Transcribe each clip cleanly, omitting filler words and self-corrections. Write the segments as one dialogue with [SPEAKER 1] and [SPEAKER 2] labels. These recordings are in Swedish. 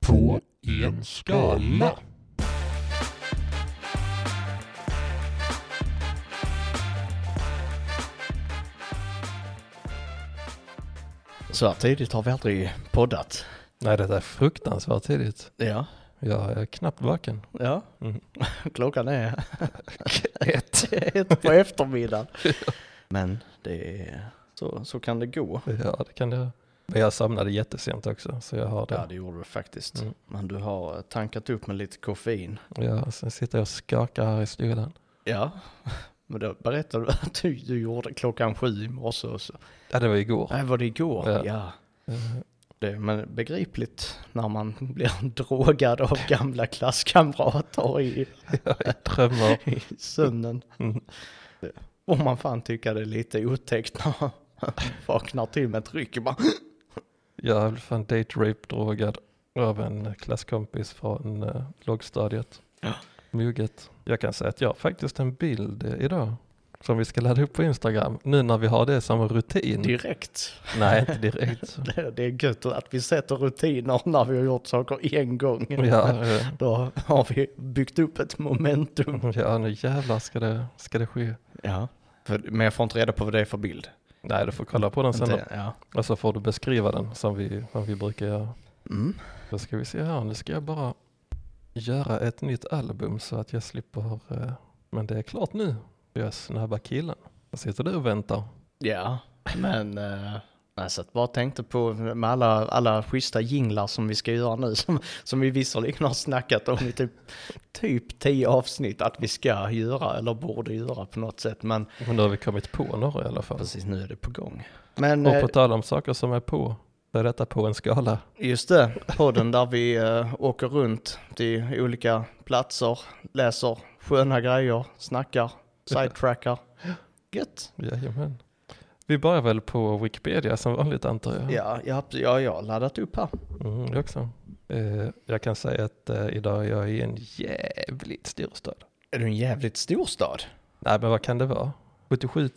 [SPEAKER 1] på en skala.
[SPEAKER 2] Så här tidigt har vi aldrig poddat.
[SPEAKER 3] Nej, det är fruktansvärt tidigt.
[SPEAKER 2] Ja.
[SPEAKER 3] Jag är knappt vaken.
[SPEAKER 2] Ja.
[SPEAKER 3] Mm.
[SPEAKER 2] Klockan är
[SPEAKER 3] Ett.
[SPEAKER 2] på eftermiddagen. Men det är, så kan det gå.
[SPEAKER 3] Ja, det kan det. Men jag somnade jättesent också, så jag har det.
[SPEAKER 2] Ja, det gjorde du faktiskt.
[SPEAKER 3] Mm.
[SPEAKER 2] Men du har tankat upp med lite koffein.
[SPEAKER 3] Ja, sen sitter jag och skakar här i stugan.
[SPEAKER 2] Ja. Men då berättade du att du gjorde klockan 7 i morse och så.
[SPEAKER 3] Ja, det var igår.
[SPEAKER 2] Nej, var det igår? Ja. Men begripligt när man blir drogad av gamla klasskamrater i
[SPEAKER 3] Drömmar.
[SPEAKER 2] i sömnen.
[SPEAKER 3] Mm.
[SPEAKER 2] Och man fan tycker det är lite otäckt när man vaknar till med ett ryck. Bara.
[SPEAKER 3] Jag är fan date-rape-drogad av en klasskompis från lågstadiet.
[SPEAKER 2] Ja.
[SPEAKER 3] Mugget. Jag kan säga att jag har faktiskt en bild idag som vi ska ladda upp på Instagram. Nu när vi har det som rutin.
[SPEAKER 2] Direkt.
[SPEAKER 3] Nej, inte direkt.
[SPEAKER 2] Det är gött att vi sätter rutiner när vi har gjort saker en gång.
[SPEAKER 3] Ja,
[SPEAKER 2] Då har vi byggt upp ett momentum.
[SPEAKER 3] ja, nu jävlar ska det ske.
[SPEAKER 2] Ja. Men jag får inte reda på vad det är för bild.
[SPEAKER 3] Nej, du får kolla på den sen då.
[SPEAKER 2] Ja.
[SPEAKER 3] Och så får du beskriva den som vi brukar göra.
[SPEAKER 2] Mm.
[SPEAKER 3] Då ska vi se här. Nu ska jag bara göra ett nytt album så att jag slipper. Men det är klart nu. Jag är snabba killen. Vad sitter du och väntar?
[SPEAKER 2] Ja, men så att bara tänkte på med alla schyssta jinglar som vi ska göra nu som vi visserligen har snackat om i typ 10 avsnitt att vi ska göra eller borde göra på något sätt. Men
[SPEAKER 3] nu har vi kommit på några i alla fall.
[SPEAKER 2] precis, nu är det på gång. Men,
[SPEAKER 3] Och på tal om saker som är på. Så är detta på en skala.
[SPEAKER 2] Just det, podden där vi åker runt till olika platser, läser sköna grejer, snackar, sidetrackar. Gött.
[SPEAKER 3] Jajamän. Vi börjar väl på Wikipedia som vanligt antar jag.
[SPEAKER 2] Ja, jag har laddat upp här.
[SPEAKER 3] Jag också. Jag kan säga att idag är jag i en jävligt stor stad.
[SPEAKER 2] Är du en jävligt stor stad?
[SPEAKER 3] Nej, men vad kan det vara? 77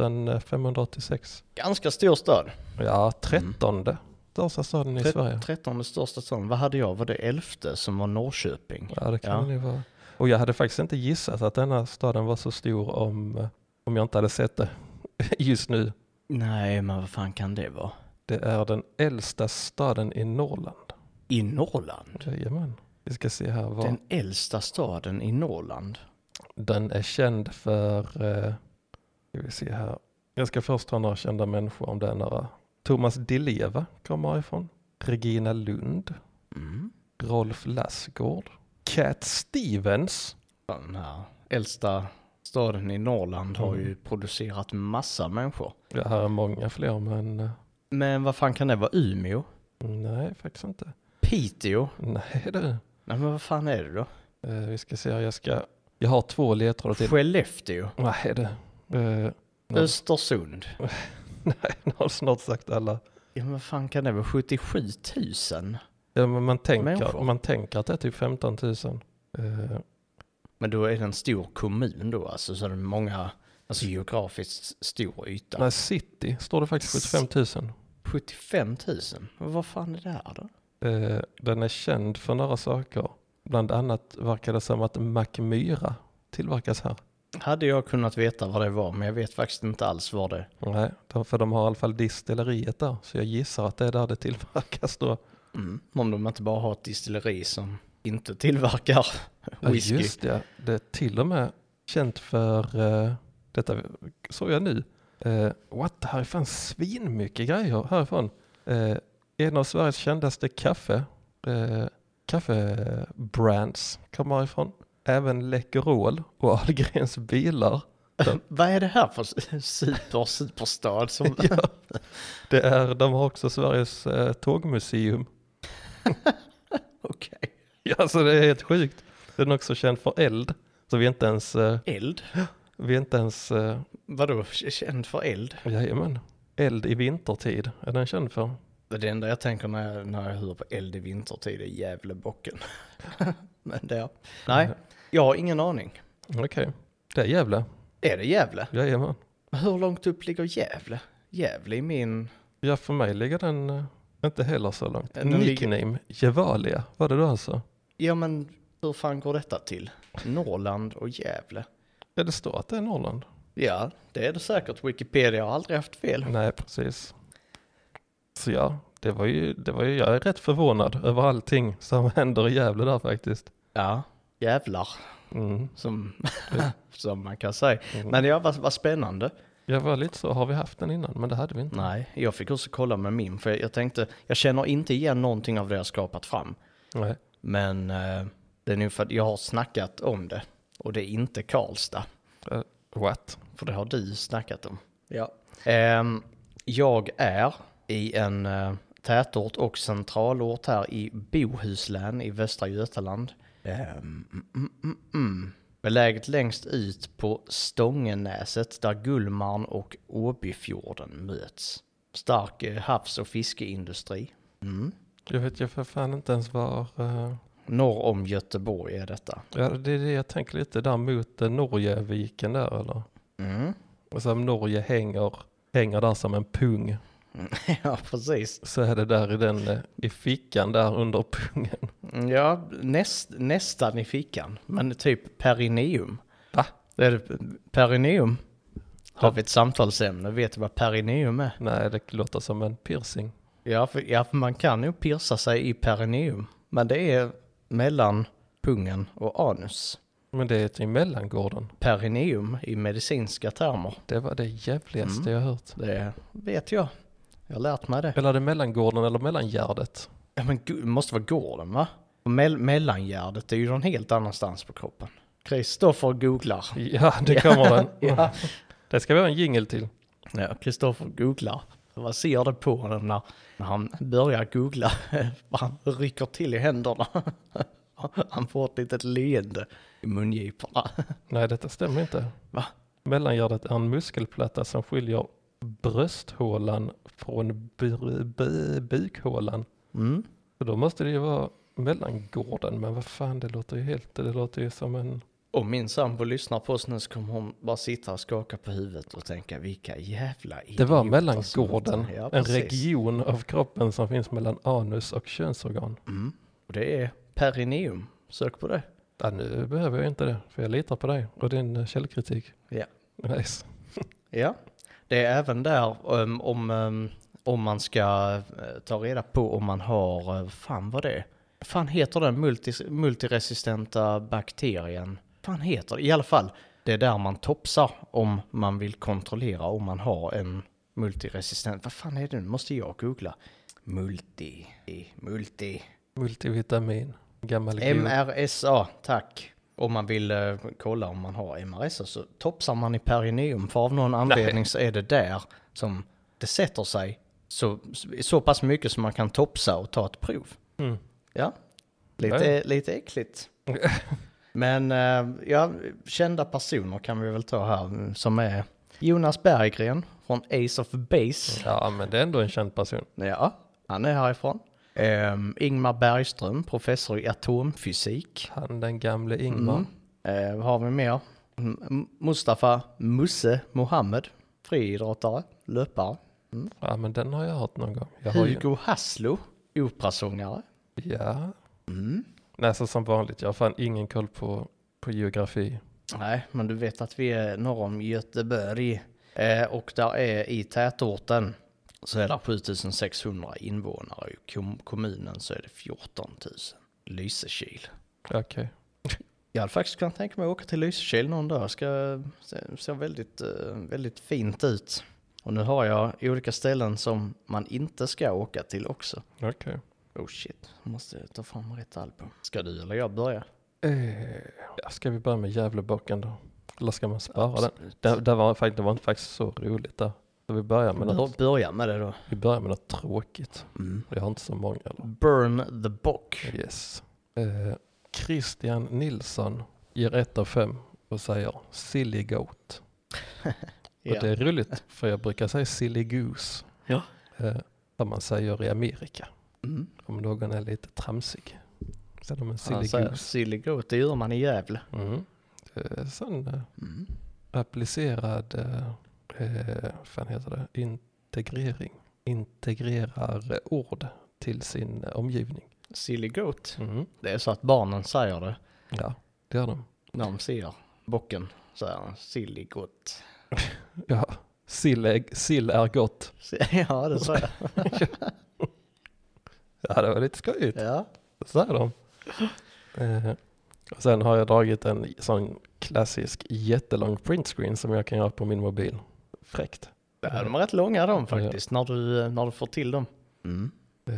[SPEAKER 3] 586.
[SPEAKER 2] Ganska stor stad.
[SPEAKER 3] Ja, 13:e största staden i Sverige.
[SPEAKER 2] 13:e största staden. Vad hade jag? Var det 11:e som var Norrköping?
[SPEAKER 3] Ja, det kan det vara. Och jag hade faktiskt inte gissat att denna staden var så stor om jag inte hade sett det just nu.
[SPEAKER 2] Nej, men vad fan kan det vara?
[SPEAKER 3] Det är den äldsta staden i Norrland.
[SPEAKER 2] I Norrland?
[SPEAKER 3] Jajamän. Vi ska se här.
[SPEAKER 2] Den äldsta staden i Norrland?
[SPEAKER 3] Den är känd för... ska vi se här. Jag ska först ha några kända människor om det är några. Thomas Di Leva kommer ifrån. Regina Lund. Rolf Lassgård. Cat Stevens.
[SPEAKER 2] Den här äldsta staden i Norrland har ju producerat massa människor.
[SPEAKER 3] Ja, här är många fler, men...
[SPEAKER 2] Men vad fan kan det vara? Umeå?
[SPEAKER 3] Nej, faktiskt inte.
[SPEAKER 2] Piteå?
[SPEAKER 3] Nej, det...
[SPEAKER 2] Nej, men vad fan är det då?
[SPEAKER 3] vi ska se här. Jag har 2 ledtrådar till.
[SPEAKER 2] Skellefteå?
[SPEAKER 3] Nej, det...
[SPEAKER 2] Östersund?
[SPEAKER 3] Nej, jag har snart sagt alla.
[SPEAKER 2] Ja, men vad fan kan det vara? 77 000?
[SPEAKER 3] Ja, men man
[SPEAKER 2] Människor.
[SPEAKER 3] tänker att det är typ 15 000.
[SPEAKER 2] Men då är det en stor kommun då, alltså så är det många, alltså geografiskt stor yta.
[SPEAKER 3] Nej, city står det faktiskt 75 000.
[SPEAKER 2] 75 000? Vad fan är det här då?
[SPEAKER 3] Den är känd för några saker. Bland annat verkar det som att Mackmyra tillverkas här.
[SPEAKER 2] Hade jag kunnat veta vad det var, men jag vet faktiskt inte alls vad det är.
[SPEAKER 3] Nej, för de har i alla fall distilleriet där. Så jag gissar att det är där det tillverkas då.
[SPEAKER 2] Om de inte bara har ett distilleri som inte tillverkar whisky.
[SPEAKER 3] Ja, just det. Det är till och med känt för detta såg jag nu. Det här är fan svinmycket grejer härifrån. En av Sveriges kändaste kaffebrands kommer ifrån. Även Läkerol och Ahlgrens bilar.
[SPEAKER 2] Vad är det här för superstad? Som...
[SPEAKER 3] Ja, de har också Sveriges tågmuseum.
[SPEAKER 2] Okej.
[SPEAKER 3] Ja, så det är helt sjukt. Den är också känd för eld. Så vi är inte ens...
[SPEAKER 2] Eld?
[SPEAKER 3] Vi är inte ens...
[SPEAKER 2] Vadå, känd för eld?
[SPEAKER 3] Jajamän. Eld i vintertid är den känd för.
[SPEAKER 2] Det enda jag tänker när jag hör på eld i vintertid är Gävlebocken. Men det... Nej, jag har ingen aning.
[SPEAKER 3] Okej. Det är Gävle.
[SPEAKER 2] Är det Gävle?
[SPEAKER 3] Jajamän.
[SPEAKER 2] Hur långt upp ligger Gävle? Gävle i min...
[SPEAKER 3] Ja, för mig ligger den Inte heller så långt.
[SPEAKER 2] Den ligger-
[SPEAKER 3] Nickname, Gevalia, var det då alltså?
[SPEAKER 2] Ja, men hur fan går detta till? Norrland och Gävle.
[SPEAKER 3] Ja, det står att det är Norrland.
[SPEAKER 2] Ja, det är det säkert. Wikipedia har aldrig haft fel.
[SPEAKER 3] Nej, precis. Så ja, det var ju, jag är rätt förvånad över allting som händer i Gävle där faktiskt.
[SPEAKER 2] Ja, jävlar.
[SPEAKER 3] Mm.
[SPEAKER 2] Som, som man kan säga. Men ja, vad spännande.
[SPEAKER 3] Jag var lite så, har vi haft den innan? Men det hade vi inte.
[SPEAKER 2] Nej, jag fick också kolla med min. För jag tänkte, jag känner inte igen någonting av det jag skapat fram.
[SPEAKER 3] Nej.
[SPEAKER 2] Men det är nu för att jag har snackat om det. Och det är inte Karlstad.
[SPEAKER 3] What?
[SPEAKER 2] För det har du snackat om. Ja. Jag är i en tätort och centralort här i Bohuslän i Västra Götaland. Beläget längst ut på Stångenäset där Gullmarn och Åbyfjorden möts. Stark havs- och fiskeindustri.
[SPEAKER 3] Jag vet ju för fan inte ens var...
[SPEAKER 2] Norr om Göteborg är detta.
[SPEAKER 3] Ja, det är det jag tänker lite där mot Norgeviken där eller? Och så Norge hänger där som en pung.
[SPEAKER 2] Ja, precis.
[SPEAKER 3] Så är det där i den, i fickan där under pungen.
[SPEAKER 2] Ja, nästan i fickan. Men typ perineum.
[SPEAKER 3] Va?
[SPEAKER 2] Det är perineum. Har vi ett samtalsämne? Vet du vad perineum är?
[SPEAKER 3] Nej, det låter som en piercing.
[SPEAKER 2] Ja, för man kan ju pierca sig i perineum. Men det är mellan pungen och anus.
[SPEAKER 3] Men det är till mellangården.
[SPEAKER 2] Perineum i medicinska termer.
[SPEAKER 3] Det var det jävligaste jag hört.
[SPEAKER 2] Det vet jag. Jag har lärt mig det.
[SPEAKER 3] Eller är det mellangården eller mellangärdet?
[SPEAKER 2] Ja, men det måste vara gården, va? Och mellangärdet är ju någon helt annanstans på kroppen. Kristoffer googlar.
[SPEAKER 3] Ja, det kommer den.
[SPEAKER 2] Ja.
[SPEAKER 3] Det ska vi ha en jingle till.
[SPEAKER 2] Ja, Kristoffer googlar. Vad ser det på honom när han börjar googla? Han rycker till i händerna. Han får ett litet leende i mungiporna.
[SPEAKER 3] Nej, detta stämmer inte.
[SPEAKER 2] Va?
[SPEAKER 3] Mellangärdet är en muskelplatta som skiljer brösthålan från bukhålan. Så då måste det ju vara mellangården. Men vad fan, det låter ju som en...
[SPEAKER 2] Om min sambo lyssnar på oss nu så kommer hon bara sitta och skaka på huvudet och tänka vilka jävla
[SPEAKER 3] Det var
[SPEAKER 2] idioter
[SPEAKER 3] mellangården,
[SPEAKER 2] ja,
[SPEAKER 3] en
[SPEAKER 2] precis.
[SPEAKER 3] region av kroppen som finns mellan anus och könsorgan.
[SPEAKER 2] Och det är perineum. Sök på det.
[SPEAKER 3] Ja, nu behöver jag inte det, för jag litar på dig och din källkritik.
[SPEAKER 2] Ja.
[SPEAKER 3] Nice.
[SPEAKER 2] Ja, det är även där om man ska ta reda på om man har, fan heter den multiresistenta bakterien? Fan heter det? I alla fall, det är där man topsar om man vill kontrollera om man har en multiresistent. Vad fan är det nu? Måste jag googla.
[SPEAKER 3] Multivitamin. Gammal gud.
[SPEAKER 2] MRSA, tack. Om man vill kolla om man har MRSA så topsar man i perineum. För av någon anledning så är det där som det sätter sig så pass mycket som man kan topsa och ta ett prov. Ja, lite äckligt. Men ja, kända personer kan vi väl ta här som är Jonas Berggren från Ace of Base.
[SPEAKER 3] Ja, men det är ändå en känd person.
[SPEAKER 2] Ja, han är härifrån. Ingmar Bergström, professor i atomfysik.
[SPEAKER 3] Han den gamle Ingmar.
[SPEAKER 2] Vad har vi mer? Mustafa Musse Mohammed, friidrottare, löpare.
[SPEAKER 3] Ja, men den har jag hört någon gång.
[SPEAKER 2] Hugo Haslo, operasångare.
[SPEAKER 3] Ja. Nästan som vanligt, jag har fan ingen koll på geografi.
[SPEAKER 2] Nej, men du vet att vi är norr om Göteborg. Och där är i tätorten så är det 7600 invånare. I kommunen så är det 14 000. Lysekil.
[SPEAKER 3] Okej.
[SPEAKER 2] Jag hade faktiskt kunnat tänka mig att åka till Lysekil någon dag. Ser väldigt, väldigt fint ut. Och nu har jag olika ställen som man inte ska åka till också.
[SPEAKER 3] Okej.
[SPEAKER 2] Oh shit, jag måste ta fram rätt album. Ska du eller jag börja?
[SPEAKER 3] Ja, ska vi börja med Gävlebocken då? Eller ska man spara
[SPEAKER 2] Absolut.
[SPEAKER 3] den? Det var inte faktiskt så roligt där. Så vi börjar med något.
[SPEAKER 2] Börja med det då.
[SPEAKER 3] Vi börjar med något tråkigt. Jag har inte så många. Eller?
[SPEAKER 2] Burn the Book.
[SPEAKER 3] Yes. Christian Nilsson ger 1 av 5 och säger Silly Goat. Och det är roligt för jag brukar säga Silly Goose.
[SPEAKER 2] Ja.
[SPEAKER 3] Som man säger i Amerika. Om någon är lite tramsig. Så de en Silly Goose.
[SPEAKER 2] Silly Goat, det gör man i Gävle.
[SPEAKER 3] Sån applicerad fan heter det? Integrering. integrerar ord till sin omgivning.
[SPEAKER 2] Silly goat.
[SPEAKER 3] Mm.
[SPEAKER 2] Det är så att barnen säger det.
[SPEAKER 3] Ja, det gör de.
[SPEAKER 2] När de ser bocken så är han silly goat.
[SPEAKER 3] Ja, sill är gott.
[SPEAKER 2] Ja, det säger jag.
[SPEAKER 3] Ja, det var lite skojigt.
[SPEAKER 2] Ja.
[SPEAKER 3] Så är de. Och sen har jag dragit en sån klassisk jättelång printscreen som jag kan göra på min mobil. Fräckt.
[SPEAKER 2] Ja, de är rätt långa de faktiskt, när du får till dem. Mm.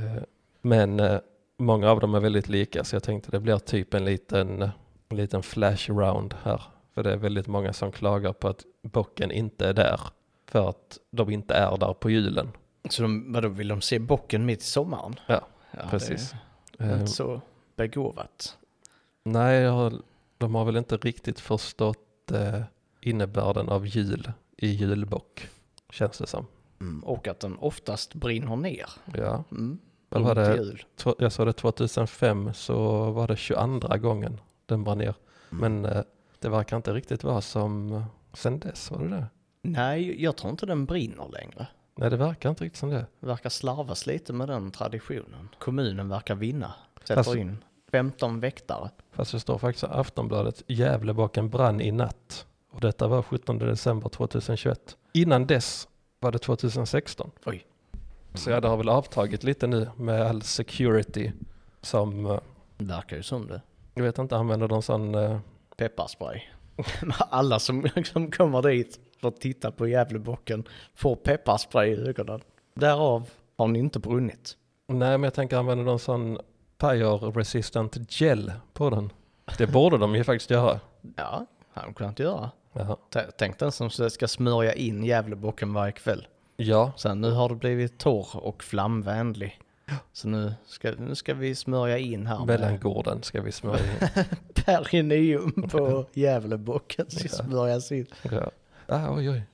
[SPEAKER 3] Men många av dem är väldigt lika, så jag tänkte det blir typ en liten flash round här. För det är väldigt många som klagar på att bocken inte är där. För att de inte är där på julen.
[SPEAKER 2] Så vadå, vill de se bocken mitt i sommaren?
[SPEAKER 3] Ja, precis.
[SPEAKER 2] Det är inte så begåvat.
[SPEAKER 3] Nej, de har väl inte riktigt förstått innebörden av jul i julbock, känns det som.
[SPEAKER 2] Och att den oftast brinner ner.
[SPEAKER 3] Ja.
[SPEAKER 2] Mm.
[SPEAKER 3] Vad var det?
[SPEAKER 2] Jul.
[SPEAKER 3] Jag sa det 2005, så var det 22:a gången den brann ner. Men det verkar inte riktigt vara som sen dess, var det?
[SPEAKER 2] Nej, jag tror inte den brinner längre.
[SPEAKER 3] Nej, det verkar inte riktigt som det.
[SPEAKER 2] Det verkar slarvas lite med den traditionen. Kommunen verkar vinna. Sätter in 15 väktare.
[SPEAKER 3] Fast det står faktiskt i Aftonbladet, Gävlebocken brann i natt. Och detta var 17 december 2021. Innan dess var det 2016.
[SPEAKER 2] Oj.
[SPEAKER 3] Så ja, det har väl avtagit lite nu med all security som...
[SPEAKER 2] Det verkar ju som det.
[SPEAKER 3] Jag vet inte, använder de sån...
[SPEAKER 2] Pepparspray. Alla som kommer dit för att titta på Gävlebocken får pepparspray i ögonen. Därav har ni inte brunnit.
[SPEAKER 3] Nej, men jag tänker använda någon sån fire resistant gel på den. Det borde de ju faktiskt göra.
[SPEAKER 2] Ja, har de kunnat göra.
[SPEAKER 3] Jaha.
[SPEAKER 2] Tänk den som ska smörja in Gävlebocken varje kväll.
[SPEAKER 3] Ja.
[SPEAKER 2] Sen nu har det blivit torr och flamvänlig. Så nu ska vi smörja in här.
[SPEAKER 3] Mellangården ska vi smörja in.
[SPEAKER 2] Perineum på Gävlebocken ska smörjas in.
[SPEAKER 3] Ja. Oj.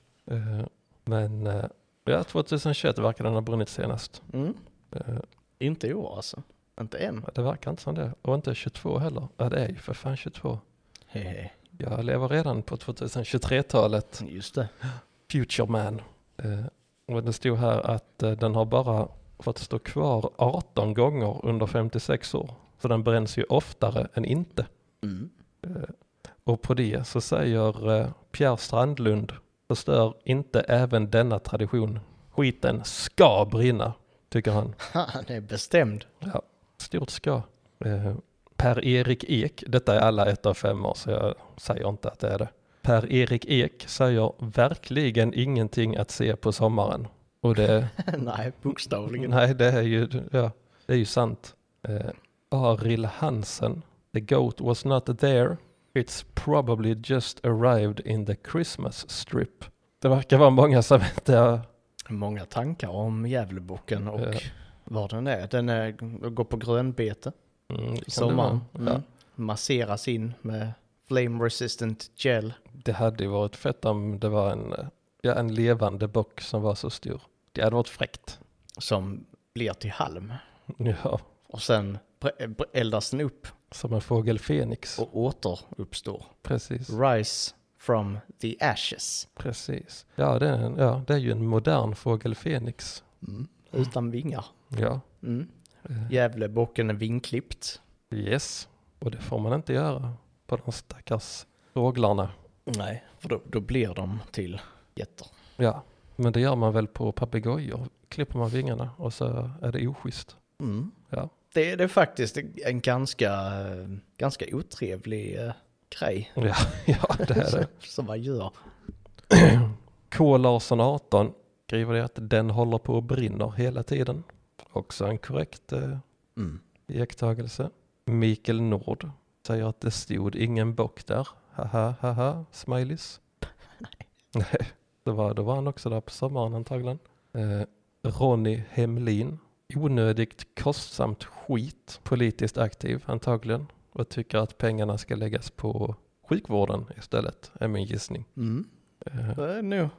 [SPEAKER 3] Men ja, 2021 verkar den ha brunnit senast.
[SPEAKER 2] Mm. Inte i år alltså. Inte än.
[SPEAKER 3] Det verkar inte som det. Och inte 22 heller. Ja, det är ju för fan 22.
[SPEAKER 2] Hehe.
[SPEAKER 3] Jag lever redan på 2023-talet.
[SPEAKER 2] Just det.
[SPEAKER 3] Future man. Och det stod här att den har bara fått stå kvar 18 gånger under 56 år. Så den bränns ju oftare än inte.
[SPEAKER 2] Mm.
[SPEAKER 3] Och på det så säger Pierre Strandlund, förstör inte även denna tradition. Skiten ska brinna, tycker han.
[SPEAKER 2] Han är bestämd.
[SPEAKER 3] Ja, stort ska. Per-Erik Ek, detta är alla 1 av 5 år, så jag säger inte att det är det. Per-Erik Ek säger verkligen ingenting att se på sommaren. Och det...
[SPEAKER 2] Nej, bokstavligen.
[SPEAKER 3] Nej, det är ju sant. Arild Hansen, the goat was not there. It's probably just arrived in the Christmas strip. Det verkar vara många som inte...
[SPEAKER 2] Många tankar om Gävlebocken och var den är. Den går på grönbete i sommaren. Masseras in med flame resistant gel.
[SPEAKER 3] Det hade ju varit fett om det var en levande bock som var så stor. Det hade varit fräckt.
[SPEAKER 2] Som blir till halm.
[SPEAKER 3] Ja.
[SPEAKER 2] Och sen eldas den upp.
[SPEAKER 3] Som en fågel Fenix.
[SPEAKER 2] Och återuppstår.
[SPEAKER 3] Precis.
[SPEAKER 2] Rise from the ashes.
[SPEAKER 3] Precis. Ja, det är ju en modern fågel Fenix.
[SPEAKER 2] Mm. Utan vingar.
[SPEAKER 3] Ja.
[SPEAKER 2] Mm. Gävlebocken är vingklippt.
[SPEAKER 3] Yes. Och det får man inte göra på de stackars fåglarna.
[SPEAKER 2] Nej, för då blir de till getter.
[SPEAKER 3] Ja, men det gör man väl på papegojor. Klipper man vingarna och så är det oschysst.
[SPEAKER 2] Mm.
[SPEAKER 3] Ja.
[SPEAKER 2] Det är faktiskt en ganska otrevlig grej.
[SPEAKER 3] Ja, det är det.
[SPEAKER 2] Som man gör.
[SPEAKER 3] K. Larsson 18 skriver det att den håller på att brinna hela tiden. Också en korrekt iakttagelse. Mikael Nord säger att det stod ingen bock där. Haha, smileys. Nej. Då var han också där på sommaren antagligen. Ronny Hemlin. Onödigt kostsamt skit. Politiskt aktiv antagligen. Och tycker att pengarna ska läggas på sjukvården istället. Är min gissning.
[SPEAKER 2] Det är nog.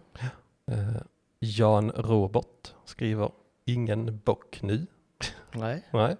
[SPEAKER 3] Jan Robert skriver ingen bock nu.
[SPEAKER 2] Nej.
[SPEAKER 3] Nej.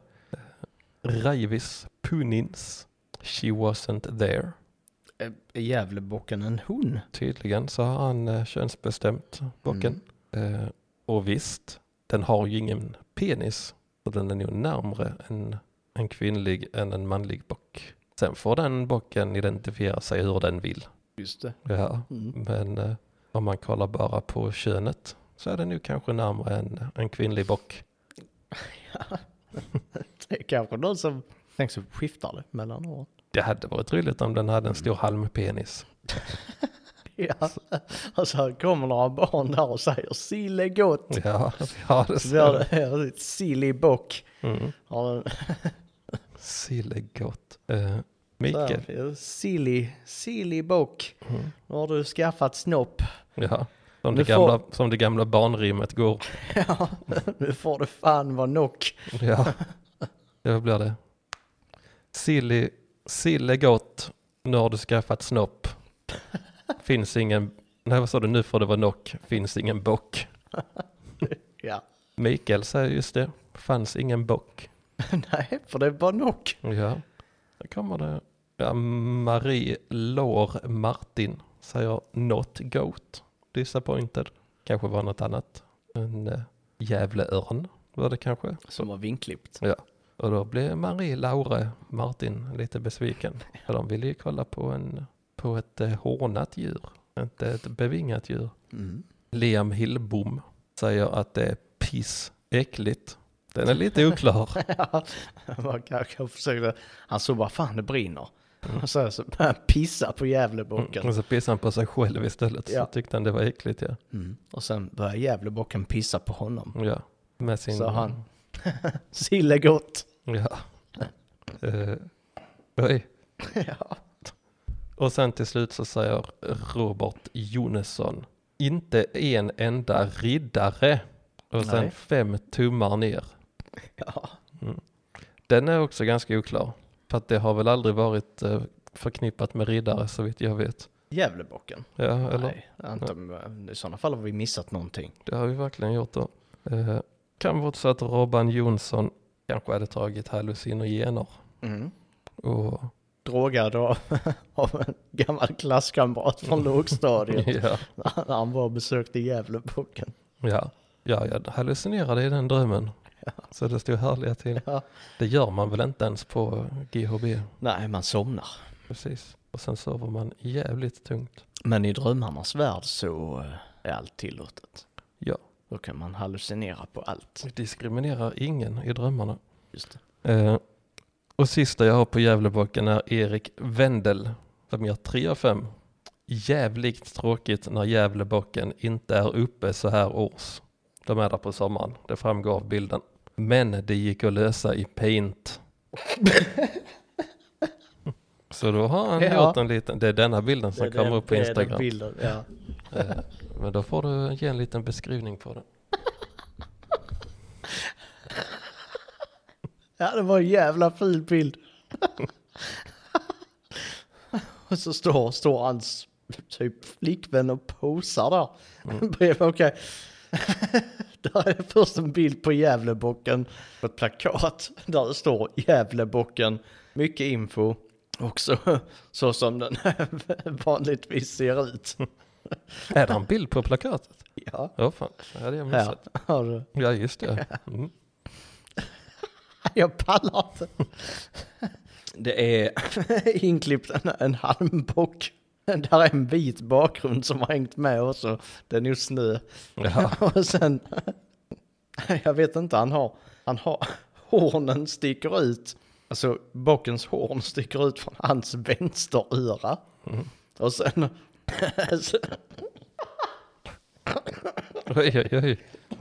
[SPEAKER 3] Raivis Punins. She wasn't there.
[SPEAKER 2] Är Gävlebocken en hon?
[SPEAKER 3] Tydligen så har han könsbestämt bocken. Och visst, den har ju ingen penis. Så den är nog närmare en kvinnlig än en manlig bock. Sen får den bocken identifiera sig hur den vill.
[SPEAKER 2] Just det.
[SPEAKER 3] Ja, men om man kollar bara på könet så är det nu kanske närmare en kvinnlig bock.
[SPEAKER 2] Ja. Det är kanske någon som tänker så skiftar det mellan år.
[SPEAKER 3] Det hade varit roligt om den hade en stor halmpenis.
[SPEAKER 2] Ja, och så kommer några barn där och säger sill är gott.
[SPEAKER 3] Ja, det
[SPEAKER 2] Så blir det ett sill i bock. Ja,
[SPEAKER 3] sill är gott. Mikael.
[SPEAKER 2] Sill i bock. Nu har du skaffat snopp.
[SPEAKER 3] Ja, som det gamla barnrimmet går.
[SPEAKER 2] Ja, nu får du fan vara nock.
[SPEAKER 3] Ja, det blir det. Sill är gott. Nu har du skaffat snopp. Finns ingen... Nej, vad sa du? Nu får det vara nock. Finns ingen bock.
[SPEAKER 2] Ja.
[SPEAKER 3] Mikael säger just det. Fanns ingen bock.
[SPEAKER 2] Nej, för det är bara nock.
[SPEAKER 3] Ja, då kommer det. Ja, Marie Lår Martin säger not goat. Disappointed. Kanske var något annat. En Gävleörn var det kanske.
[SPEAKER 2] Som var vinklippt.
[SPEAKER 3] Ja, och då blev Marie Laure Martin lite besviken. För de ville ju kolla på ett hånat djur. Inte ett bevingat djur. Liam Hillbom säger att det är piss äckligt. Den är lite oklar.
[SPEAKER 2] Ja, jag försökte. Han såg bara fan det brinner. Och så började han pissa på Gävlebocken.
[SPEAKER 3] Och så pissade han på sig själv istället.
[SPEAKER 2] Ja.
[SPEAKER 3] Så tyckte han det var äckligt, ja.
[SPEAKER 2] Och sen började Gävlebocken pissa på honom.
[SPEAKER 3] Ja, med sin...
[SPEAKER 2] Så han, sill är gott.
[SPEAKER 3] Ja. Oj.
[SPEAKER 2] Ja.
[SPEAKER 3] Och sen till slut så säger Robert Jonesson. Inte en enda riddare. Och sen
[SPEAKER 2] Nej.
[SPEAKER 3] 5 tummar ner.
[SPEAKER 2] Ja.
[SPEAKER 3] Den är också ganska oklar. För att det har väl aldrig varit förknippat med riddare så vitt jag vet.
[SPEAKER 2] Gävlebocken?
[SPEAKER 3] Ja, eller?
[SPEAKER 2] Nej, inte, i sådana fall har vi missat någonting.
[SPEAKER 3] Det har vi verkligen gjort då. Kan vara så att Robban Jonsson kanske hade tagit hallucinogener. Och...
[SPEAKER 2] Drogad av en gammal klasskamrat från lågstadiet.
[SPEAKER 3] Ja.
[SPEAKER 2] När han var och besökte Gävlebocken.
[SPEAKER 3] Ja, jag hallucinerade i den drömmen. Ja. Så det stod härliga till.
[SPEAKER 2] Ja.
[SPEAKER 3] Det gör man väl inte ens på GHB?
[SPEAKER 2] Nej, man somnar.
[SPEAKER 3] Precis. Och sen sover man jävligt tungt.
[SPEAKER 2] Men i drömmarnas värld så är allt tillåtet.
[SPEAKER 3] Ja.
[SPEAKER 2] Då kan man hallucinera på allt.
[SPEAKER 3] Vi diskriminerar ingen i drömmarna.
[SPEAKER 2] Just det.
[SPEAKER 3] Och sista jag har på Gävlebocken är Erik Wendel som gör 3 av 5. Jävligt tråkigt när Gävlebocken inte är uppe så här års. De är där på sommaren, det framgår av bilden. Men det gick att lösa i Paint. Så då har han gjort en liten, det är denna bilden som kommer upp på Instagram.
[SPEAKER 2] Bilden, ja.
[SPEAKER 3] Men då får du ge en liten beskrivning på det.
[SPEAKER 2] Ja, det var en jävla fin bild. Och så står hans typ flickvän och posar där. Okej. Där är först en bild på Gävlebocken. Ett plakat där det står Gävlebocken. Mycket info. Också så som den vanligtvis ser ut.
[SPEAKER 3] Är det en bild på plakatet?
[SPEAKER 2] Ja.
[SPEAKER 3] Ja, fan. Det hade jag missat.
[SPEAKER 2] Ja,
[SPEAKER 3] Ja, just det. Mm.
[SPEAKER 2] Jag pallar inte. Det är inklippt en halmbock. Där är en vit bakgrund som har hängt med också. Det är nog snö.
[SPEAKER 3] Ja.
[SPEAKER 2] Och sen, jag vet inte, han har hornen sticker ut. Alltså bockens horn sticker ut från hans vänsteröra. Och sen...
[SPEAKER 3] Oj.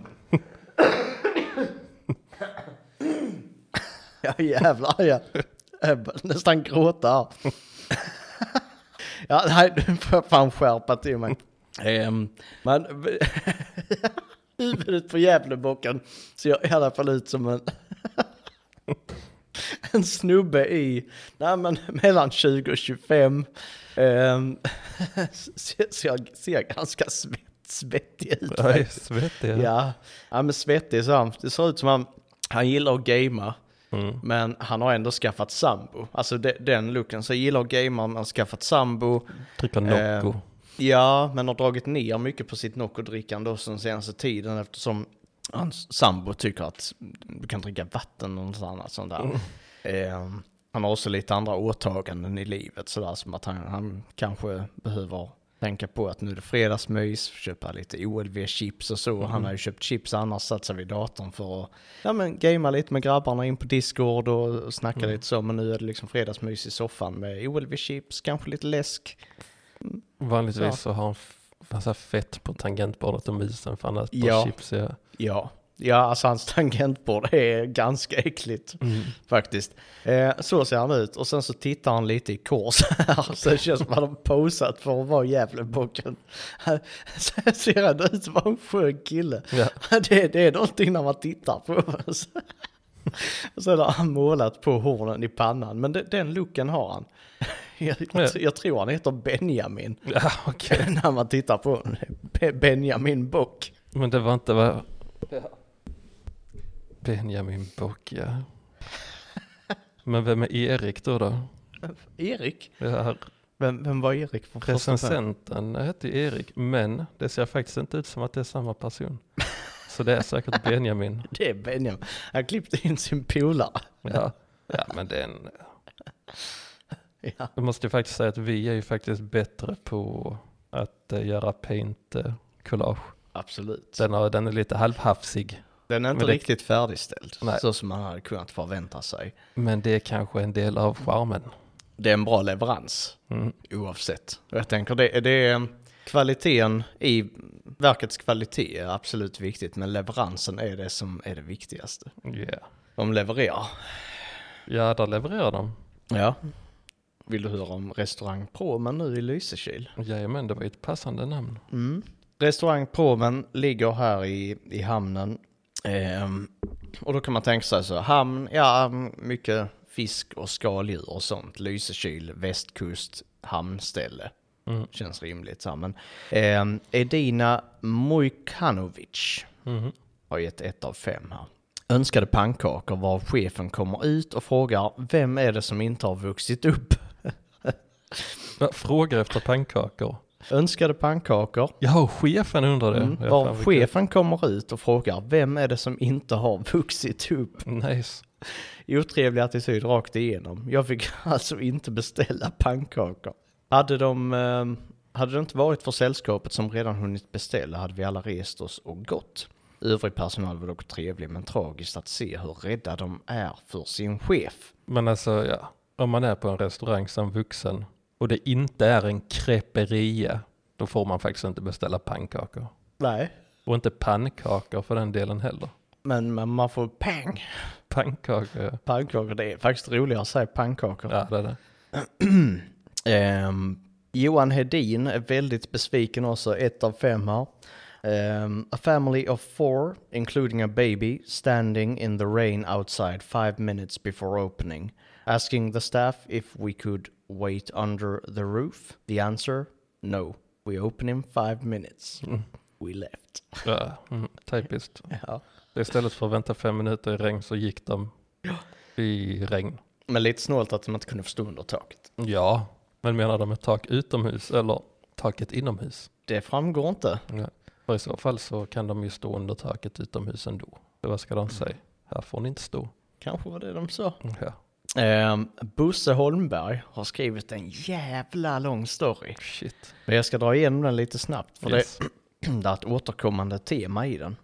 [SPEAKER 2] Ja jävlar, jag nästan gråta. Ja, nej, du får fan skärpa till mig. Men huvudet på Gävlebocken ser i alla fall ut som en snubbe i mellan 20 och 25. Ser ganska svettig ut.
[SPEAKER 3] Ja, svettig.
[SPEAKER 2] Ja, men svettig så han. Det ser ut som han gillar att gamea. Men han har ändå skaffat sambo. Alltså den looken. Så jag gillar att gamea, men har skaffat sambo.
[SPEAKER 3] Trycka Nocco.
[SPEAKER 2] Ja, men har dragit ner mycket på sitt Nocco-drickande också den senaste tiden. Eftersom hans sambo tycker att du kan dricka vatten och något annat sånt där. Han har också lite andra åtaganden i livet, sådär som att han kanske behöver tänka på att nu är det fredagsmys, köpa lite OLV-chips och så. Han har ju köpt chips annars, satt sig vid datorn för att gamea lite med grabbarna in på Discord och snacka lite så. Men nu är det liksom fredagsmys i soffan med OLV-chips, kanske lite läsk.
[SPEAKER 3] Vanligtvis så har han massa fett på tangentbordet och mysen för annars på chips.
[SPEAKER 2] Ja, alltså hans tangentbord är ganska äckligt faktiskt. Så ser han ut och sen så tittar han lite i kors här så det känns som att han har posat för att vara Gävlebocken. Så ser han ut som en skön kille. Ja. Det är någonting när man tittar på oss. Och så har han målat på hornen i pannan, men den looken har han. Jag tror han heter Benjamin.
[SPEAKER 3] Ja, okay.
[SPEAKER 2] När man tittar på honom. Benjamin Bock.
[SPEAKER 3] Men det var inte vad... Benjamin Bock, ja. Men vem är Erik då?
[SPEAKER 2] Erik?
[SPEAKER 3] Ja.
[SPEAKER 2] Vem var Erik?
[SPEAKER 3] Recensenten hette Erik, men det ser faktiskt inte ut som att det är samma person. Så det är säkert Benjamin.
[SPEAKER 2] Det är Benjamin. Han klippte in sin polare.
[SPEAKER 3] Ja, men det är en... Jag måste ju faktiskt säga att vi är ju faktiskt bättre på att göra paint-collage.
[SPEAKER 2] Absolut.
[SPEAKER 3] Den är lite halvhafsig.
[SPEAKER 2] Den är inte riktigt färdigställd.
[SPEAKER 3] Nej.
[SPEAKER 2] Så som man hade kunnat förvänta sig.
[SPEAKER 3] Men det är kanske en del av charmen.
[SPEAKER 2] Det är en bra leverans. Oavsett. Och jag tänker det är kvaliteten i verkets kvalitet är absolut viktigt. Men leveransen är det som är det viktigaste.
[SPEAKER 3] Yeah.
[SPEAKER 2] De levererar. Ja,
[SPEAKER 3] där levererar de.
[SPEAKER 2] Ja. Vill du höra om Restaurang Promen nu i Lysekil?
[SPEAKER 3] Jajamän, det var ett passande namn.
[SPEAKER 2] Restaurang Promen ligger här i hamnen. Och då kan man tänka sig så, hamn, mycket fisk och skaldjur och sånt. Lysekil, västkust, hamnställe. Känns rimligt. Men Edina Mojkanovic har gett 1 av 5 här. Önskade pannkakor var chefen kommer ut och frågar vem är det som inte har vuxit upp?
[SPEAKER 3] Frågar efter pannkakor.
[SPEAKER 2] Önskade pannkakor.
[SPEAKER 3] Ja, chefen undrar det.
[SPEAKER 2] Var chefen kommer ut och frågar vem är det som inte har vuxit upp?
[SPEAKER 3] Nice.
[SPEAKER 2] Otrevlig attityd rakt igenom. Jag fick alltså inte beställa pannkakor. Hade det inte varit för sällskapet som redan hunnit beställa hade vi alla rest oss och gått. Övrig personal var dock trevlig men tragiskt att se hur rädda de är för sin chef.
[SPEAKER 3] Men alltså, om man är på en restaurang som vuxen och det inte är en creperia, då får man faktiskt inte beställa pannkakor.
[SPEAKER 2] Nej.
[SPEAKER 3] Och inte pannkakor för den delen heller.
[SPEAKER 2] Men man får
[SPEAKER 3] pannkakor. Ja.
[SPEAKER 2] Pannkakor, det är faktiskt roligare att säga pannkakor.
[SPEAKER 3] Ja, det är det.
[SPEAKER 2] Johan Hedin är väldigt besviken också, 1 av 5 här. A family of 4, including a baby, standing in the rain outside 5 minutes before opening. Asking the staff if we could wait under the roof. The answer, no. We open in 5 minutes. We left.
[SPEAKER 3] Ja, typiskt.
[SPEAKER 2] Ja.
[SPEAKER 3] Istället för att vänta 5 minuter i regn så gick de i regn.
[SPEAKER 2] Men lite snålt att de inte kunde få stå under taket.
[SPEAKER 3] Ja, men menar de ett tak utomhus eller taket inomhus?
[SPEAKER 2] Det framgår inte.
[SPEAKER 3] Ja. För i så fall så kan de ju stå under taket utomhus ändå. Vad ska de säga? Här får ni inte stå.
[SPEAKER 2] Kanske var det de sa.
[SPEAKER 3] Ja.
[SPEAKER 2] Bosse Holmberg har skrivit en jävla lång story.
[SPEAKER 3] Shit.
[SPEAKER 2] Men jag ska dra igenom den lite snabbt. För
[SPEAKER 3] Yes.
[SPEAKER 2] det är ett återkommande tema i den.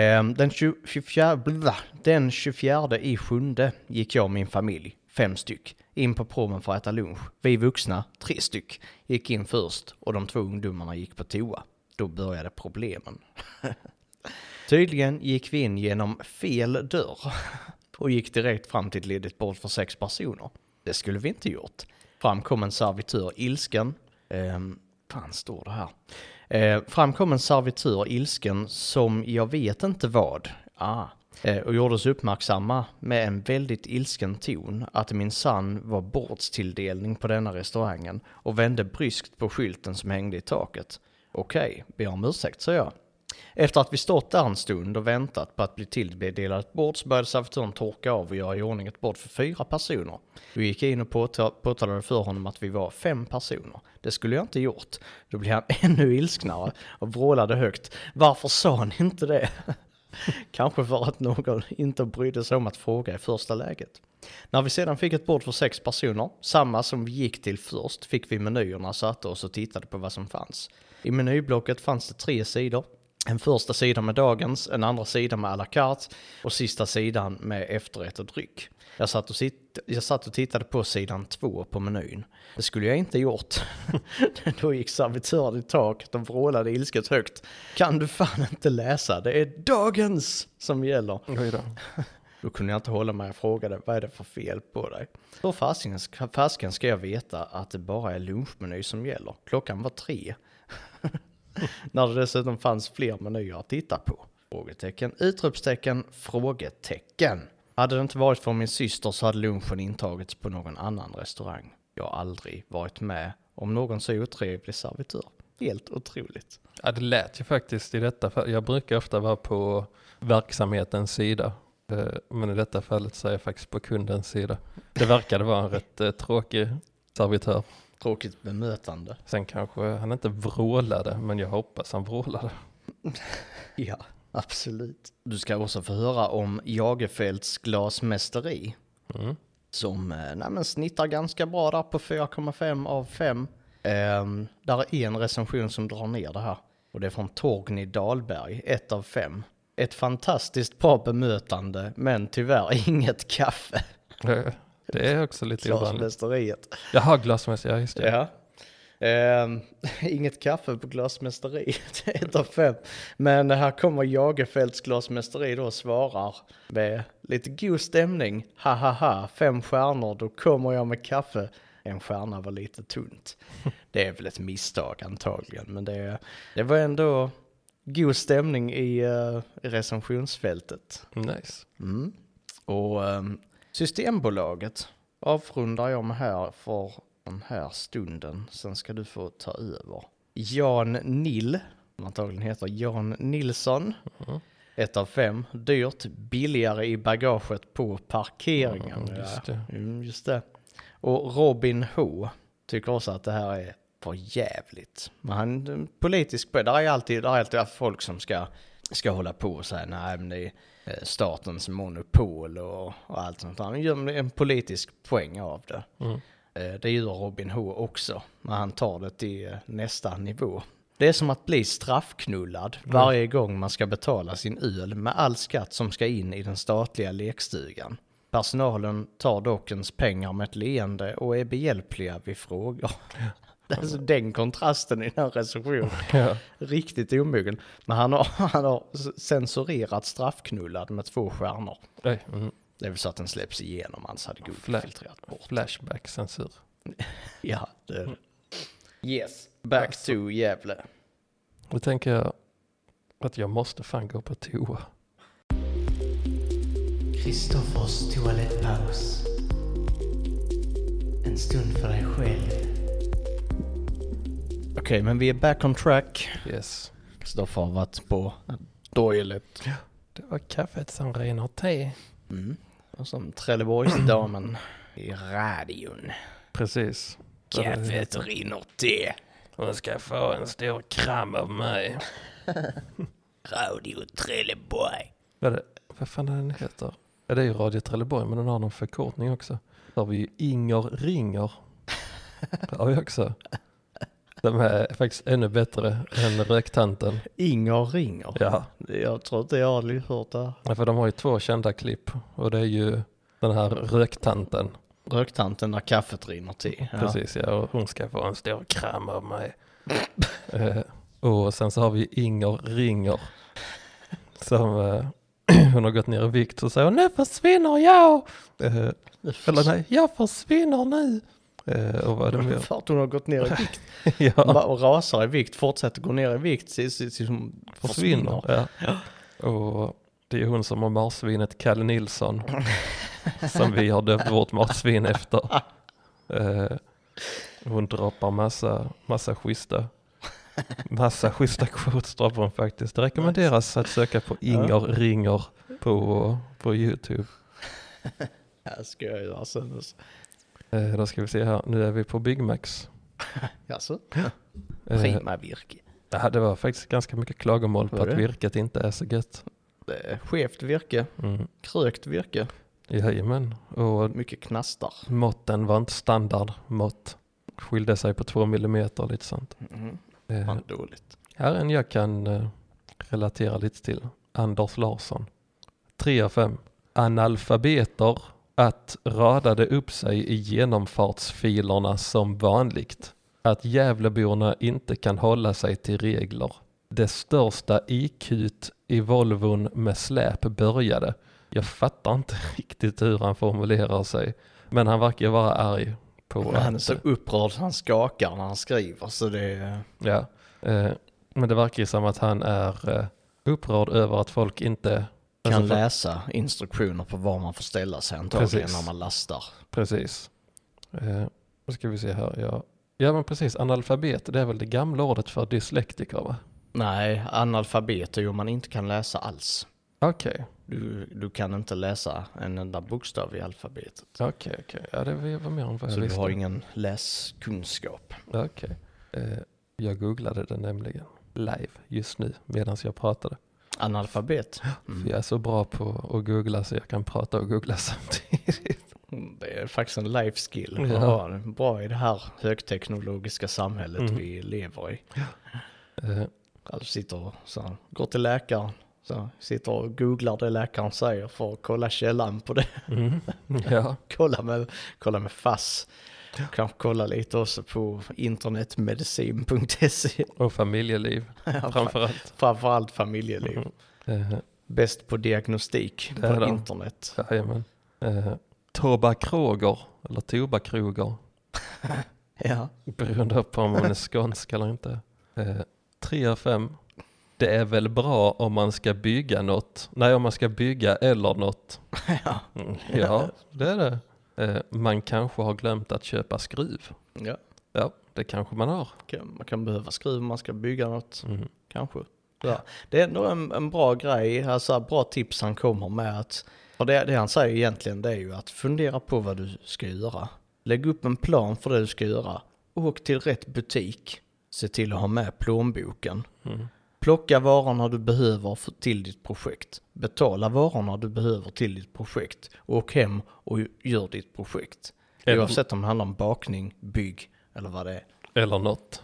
[SPEAKER 2] Den 24 i 7 gick jag och min familj, 5 styck, in på promen för att äta lunch. Vi vuxna, 3 styck, gick in först och de 2 ungdomarna gick på toa. Då började problemen. Tydligen gick vi in genom fel dörr och gick direkt fram till ett ledigt bord för 6 personer. Det skulle vi inte gjort. Fram kom en servitör ilsken. Fan står det här. Framkom en servitör ilsken som jag vet inte vad. Och gjordes uppmärksamma med en väldigt ilsken ton att min son var bordstilldelning på denna restaurangen och vände bryskt på skylten som hängde i taket. Okej, ber om ursäkt, så jag. Efter att vi stått där en stund och väntat på att bli tilldelad ett bord så började servitören torka av och göra i ordning ett bord för 4 personer. Vi gick in och påtalade för honom att vi var 5 personer. Det skulle jag inte gjort. Då blev han ännu ilsknare och vrålade högt. Varför sa ni inte det? Kanske för att någon inte brydde sig om att fråga i första läget. När vi sedan fick ett bord för 6 personer, samma som vi gick till först, fick vi menyerna, satte oss och tittade på vad som fanns. I menyblocket fanns det 3 sidor. En första sida med dagens, en andra sida med à la carte och sista sidan med efterrätt och dryck. Jag satt och tittade på sidan 2 på menyn. Det skulle jag inte gjort. Då gick servitören i taket och vrålade ilsket högt. Kan du fan inte läsa? Det är dagens som gäller. Då kunde jag inte hålla mig och frågade, vad är det för fel på dig? Hur fasken ska jag veta att det bara är lunchmeny som gäller? Klockan var 3. När det dessutom fanns fler menyer att titta på. Frågetecken, utropstecken, frågetecken. Hade det inte varit för min syster så hade lunchen intagits på någon annan restaurang. Jag har aldrig varit med om någon så otrevlig servitör. Helt otroligt.
[SPEAKER 3] Ja, det lät ju faktiskt i detta fall. Jag brukar ofta vara på verksamhetens sida. Men i detta fallet så är jag faktiskt på kundens sida. Det verkade vara en rätt tråkig servitör.
[SPEAKER 2] Tråkigt bemötande.
[SPEAKER 3] Sen kanske han inte vrålade, men jag hoppas han vrålade.
[SPEAKER 2] Ja, absolut. Du ska också få höra om Jagerfeldts glasmästeri. Som snittar ganska bra där på 4,5 av 5. Där är en recension som drar ner det här. Och det är från Torgny Dahlberg, 1 av 5. Ett fantastiskt bra bemötande, men tyvärr inget kaffe.
[SPEAKER 3] Det är också lite ovanligt.
[SPEAKER 2] Glasmästeriet.
[SPEAKER 3] Jaha, glasmästeri, just det.
[SPEAKER 2] Ja. Inget kaffe på glasmästeriet, 1 av 5. Men här kommer Jagerfeldts glasmästeri då och svarar med lite god stämning. Hahaha, 5 stjärnor, då kommer jag med kaffe. 1 stjärna var lite tunt. Det är väl ett misstag antagligen, men det var ändå god stämning i recensionsfältet.
[SPEAKER 3] Nice.
[SPEAKER 2] Och Systembolaget avrundar jag med här för den här stunden. Sen ska du få ta över. Jan Nill, som antagligen heter Jan Nilsson. 1 av 5. Dyrt, billigare i bagaget på parkeringen.
[SPEAKER 3] Just det.
[SPEAKER 2] Just det. Och Robin H tycker också att det här är för jävligt. Men han politisk på det. Där är alltid folk som ska hålla på och säga nej, men det är statens monopol och allt sånt där. Han gör en politisk poäng av det. Det gör Robin H också. Men han tar det till nästa nivå. Det är som att bli straffknullad varje gång man ska betala sin öl med all skatt som ska in i den statliga lekstugan. Personalen tar dock ens pengar med ett leende och är behjälpliga vid frågor. Alltså den kontrasten i den här recensionen.
[SPEAKER 3] Ja.
[SPEAKER 2] Riktigt omogen. Men han har censurerat straffknullad med 2 stjärnor. Det är väl så att den släpps igenom, hans hade Google filtrerat bort.
[SPEAKER 3] Flashback-censur.
[SPEAKER 2] Ja, det är det. Yes, back to Gävle.
[SPEAKER 3] Då tänker jag att jag måste fan gå på toa.
[SPEAKER 2] Kristoffers toalettpaus. En stund för dig själv. Okej, men vi är back on track.
[SPEAKER 3] Yes.
[SPEAKER 2] Kristoffer har varit på toilet.
[SPEAKER 3] Det var kaffet som rinner te.
[SPEAKER 2] Och som Trelleborgsdamen i radion.
[SPEAKER 3] Precis.
[SPEAKER 2] Kaffet rinner te.
[SPEAKER 3] Hon ska få en stor kram av mig.
[SPEAKER 2] Radio Trelleborg.
[SPEAKER 3] Vad fan är den heter? Ja, det är ju Radio Trelleborg, men den har någon förkortning också. Där har vi ju Inger Ringer. Det har vi också. De är faktiskt ännu bättre än Röktanten.
[SPEAKER 2] Inger Ringer?
[SPEAKER 3] Ja.
[SPEAKER 2] Jag tror inte jag har hört det.
[SPEAKER 3] Ja, för de har ju 2 kända klipp. Och det är ju den här Röktanten.
[SPEAKER 2] Röktanten när kaffet rinner te. Ja.
[SPEAKER 3] Precis, ja. Och hon ska få en stor kram av mig. Och sen så har vi Inger Ringer. Som hon har gått ner i vikt och säger nu försvinner jag. Eller nej, jag försvinner nu. Och vad är det mer?
[SPEAKER 2] För att hon har gått ner i vikt.
[SPEAKER 3] Ja.
[SPEAKER 2] Och rasar i vikt, fortsätter gå ner i vikt.
[SPEAKER 3] Försvinner. Ja. Och det är hon som har marsvinet Kalle Nilsson. Som vi har döpt vårt marsvin efter. Hon droppar massa schyssta quotes droppar hon faktiskt. Det rekommenderas att söka på Inger Ringer på YouTube.
[SPEAKER 2] Jag ska jag göra sen.
[SPEAKER 3] Då ska vi se här. Nu är vi på Big Macs.
[SPEAKER 2] Jaså? Prima virke.
[SPEAKER 3] Det var faktiskt ganska mycket klagomål på att virket inte är så gött.
[SPEAKER 2] Det är skevt virke, krökt virke,
[SPEAKER 3] Jajamän. Och
[SPEAKER 2] mycket knastar.
[SPEAKER 3] måtten var inte standardmått. Skilde sig på 2 millimeter lite sånt.
[SPEAKER 2] Fan, dåligt.
[SPEAKER 3] Här är en jag kan relatera lite till. Anders Larsson. 3 av 5. Analfabeter att radade upp sig i genomfartsfilerna som vanligt. Att Gävleborna inte kan hålla sig till regler. Det största IQ:t i Volvon med släp började. Jag fattar inte riktigt hur han formulerar sig. Men han verkar vara arg på
[SPEAKER 2] Han är så upprörd, han skakar när han skriver. Så det...
[SPEAKER 3] Ja, men det verkar ju som att han är upprörd över att folk inte
[SPEAKER 2] kan läsa instruktioner på var man får ställa sig antagligen
[SPEAKER 3] Precis.
[SPEAKER 2] när man lastar.
[SPEAKER 3] Precis. Då ska vi se här. Ja men precis, analfabet, det är väl det gamla ordet för dyslektiker va?
[SPEAKER 2] Nej, analfabet är ju om man inte kan läsa alls.
[SPEAKER 3] Okej.
[SPEAKER 2] Du kan inte läsa en enda bokstav i alfabetet.
[SPEAKER 3] Okej. Ja, det var mer än vad jag
[SPEAKER 2] Så
[SPEAKER 3] visste.
[SPEAKER 2] du har ingen läskunskap.
[SPEAKER 3] Okej. Jag googlade det nämligen live just nu medan jag pratade.
[SPEAKER 2] Analfabet?
[SPEAKER 3] För jag är så bra på att googla så jag kan prata och googla samtidigt.
[SPEAKER 2] Det är faktiskt en life skill.
[SPEAKER 3] Ja.
[SPEAKER 2] Bra i det här högteknologiska samhället vi lever i. Alltså sitter och så, går till läkaren. Så sitter och googlar det läkaren säger för att kolla källan på det.
[SPEAKER 3] Ja.
[SPEAKER 2] kolla med FASS. Kanske kolla lite också på internetmedicin.se.
[SPEAKER 3] Och familjeliv framförallt.
[SPEAKER 2] Framförallt familjeliv. Bäst på diagnostik
[SPEAKER 3] Det är
[SPEAKER 2] på
[SPEAKER 3] de.
[SPEAKER 2] internet.
[SPEAKER 3] Jajamän. Tobakroger eller tobakroger.
[SPEAKER 2] Ja.
[SPEAKER 3] Beroende på om man är skånsk eller inte. 3 av 5. Det är väl bra om man ska bygga något. Nej, om man ska bygga eller något.
[SPEAKER 2] Ja.
[SPEAKER 3] Ja, det är det. Man kanske har glömt att köpa skruv.
[SPEAKER 2] Ja.
[SPEAKER 3] Ja, det kanske man har.
[SPEAKER 2] Man kan behöva skruv om man ska bygga något. Kanske. Ja. Det är ändå en bra grej. Alltså bra tips han kommer med. Och det han säger egentligen det är ju att fundera på vad du ska göra. Lägg upp en plan för det du ska göra. Åk till rätt butik. Se till att ha med plånboken. Plocka varorna du behöver till ditt projekt. Betala varorna du behöver till ditt projekt. Åk hem och gör ditt projekt. Oavsett om det handlar om bakning, bygg eller vad det är.
[SPEAKER 3] Eller något.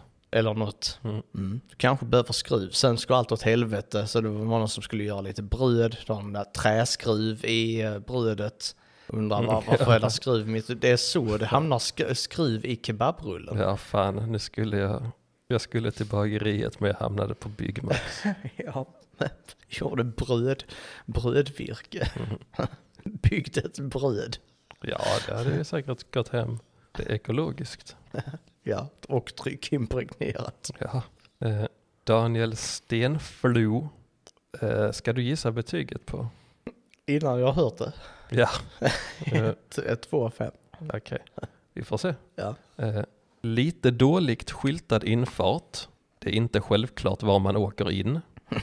[SPEAKER 2] Du kanske behöver skruv. Sen ska allt åt helvete. Så det var någon som skulle göra lite bröd. Den där träskruv i brödet. Undrar varför är det skruv mitt. Det är så det hamnar skruv i kebabrullen.
[SPEAKER 3] Ja, fan. Nu skulle jag skulle till bageriet men jag hamnade på Byggmax.
[SPEAKER 2] Ja, gjorde brödvirke. Byggde ett bröd.
[SPEAKER 3] Ja, det hade ju säkert gått hem. Det är ekologiskt.
[SPEAKER 2] Ja, och tryckimpregnerat.
[SPEAKER 3] Ja. Daniel Stenflo. Ska du gissa betyget på?
[SPEAKER 2] Innan jag har hört det.
[SPEAKER 3] Ja.
[SPEAKER 2] 2 av 5.
[SPEAKER 3] Okej. Vi får se.
[SPEAKER 2] Ja.
[SPEAKER 3] Lite dåligt skyltad infart. Det är inte självklart var man åker in.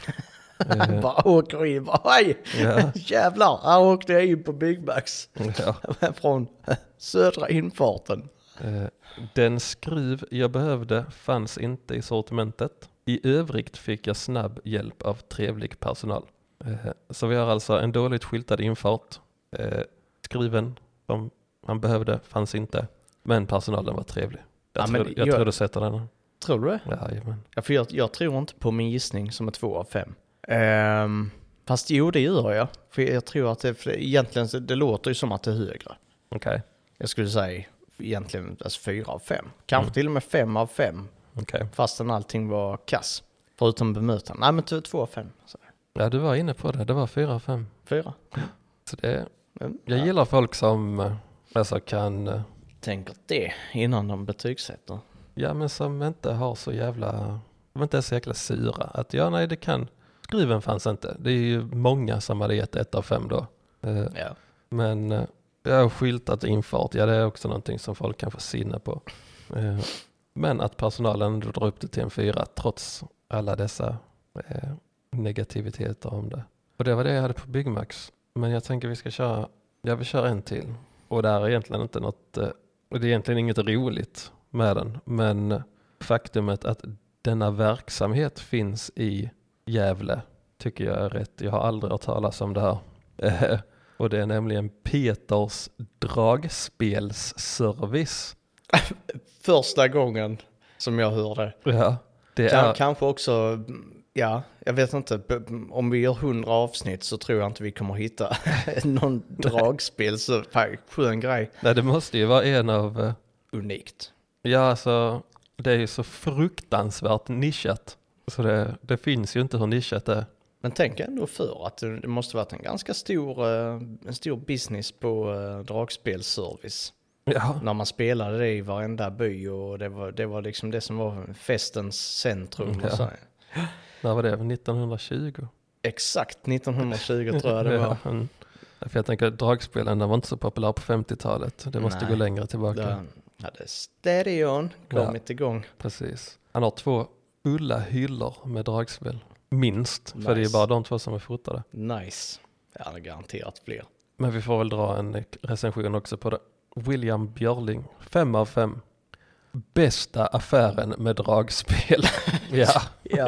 [SPEAKER 2] Bara åker in. Aj!
[SPEAKER 3] Ja.
[SPEAKER 2] Jävlar, här åkte jag in på Byggmax.
[SPEAKER 3] Ja.
[SPEAKER 2] Från södra infarten.
[SPEAKER 3] Den skruv jag behövde fanns inte i sortimentet. I övrigt fick jag snabb hjälp av trevlig personal. Så vi har alltså en dåligt skyltad infart. Skruven som man behövde fanns inte. Men personalen var trevlig. Jag tror du sätter den.
[SPEAKER 2] Tror du det?
[SPEAKER 3] Jajamän.
[SPEAKER 2] Ja, för jag tror inte på min gissning som är 2 av 5. Fast jo, det gör jag. För jag tror att egentligen det låter ju som att det är högre.
[SPEAKER 3] Okej.
[SPEAKER 2] Jag skulle säga egentligen alltså 4 av 5. Kanske till och med 5 av 5.
[SPEAKER 3] Okej.
[SPEAKER 2] Fastän allting var kass. Förutom bemötande. Nej, men 2 av 5. Så.
[SPEAKER 3] Ja, du var inne på det. Det var 4 av 5.
[SPEAKER 2] 4.
[SPEAKER 3] Så jag gillar folk som alltså kan...
[SPEAKER 2] Tänker det innan de betygsätter.
[SPEAKER 3] Ja, men som inte har så jävla... De inte är så jäkla sura. Att ja, nej, det kan... Skruven fanns inte. Det är ju många som hade gett 1 av 5 då.
[SPEAKER 2] Ja.
[SPEAKER 3] Men jag har skyltat infart. Ja, det är också någonting som folk kan få sinne på. Men att personalen drar upp det till en 4 trots alla dessa negativiteter om det. Och det var det jag hade på Byggmax. Men jag tänker vi kör en till. Och det är egentligen inte något... Och det är egentligen inget roligt med den. Men faktumet att denna verksamhet finns i Gävle tycker jag är rätt. Jag har aldrig hört talas om det här. Och det är nämligen Peters dragspelsservice.
[SPEAKER 2] Första gången som jag hörde.
[SPEAKER 3] Ja, det är...
[SPEAKER 2] Kanske också, ja, jag vet inte, om vi gör 100 avsnitt så tror jag inte vi kommer hitta någon dragspel, så skön grej.
[SPEAKER 3] Nej, det måste ju vara en av...
[SPEAKER 2] Unikt.
[SPEAKER 3] Ja, alltså, det är ju så fruktansvärt nischat. Så det finns ju inte hur nischat det är.
[SPEAKER 2] Men tänk ändå för att det måste varit en ganska stor business på dragspelservice.
[SPEAKER 3] Ja.
[SPEAKER 2] När man spelade det i varenda by och det var liksom det som var festens centrum. Och så.
[SPEAKER 3] När var det? 1920?
[SPEAKER 2] Exakt 1920 tror jag det var.
[SPEAKER 3] För jag tänker att dragspelen var inte så populär på 50-talet. Det måste gå längre tillbaka.
[SPEAKER 2] Då hade Stereon kommit igång.
[SPEAKER 3] Precis. Han har 2 fulla hyllor med dragspel. Minst, för det är bara de 2 som är fotade.
[SPEAKER 2] Nice. Jag hade garanterat fler.
[SPEAKER 3] Men vi får väl dra en recension också på det. William Björling, 5 av 5. Bästa affären med dragspel. Ja.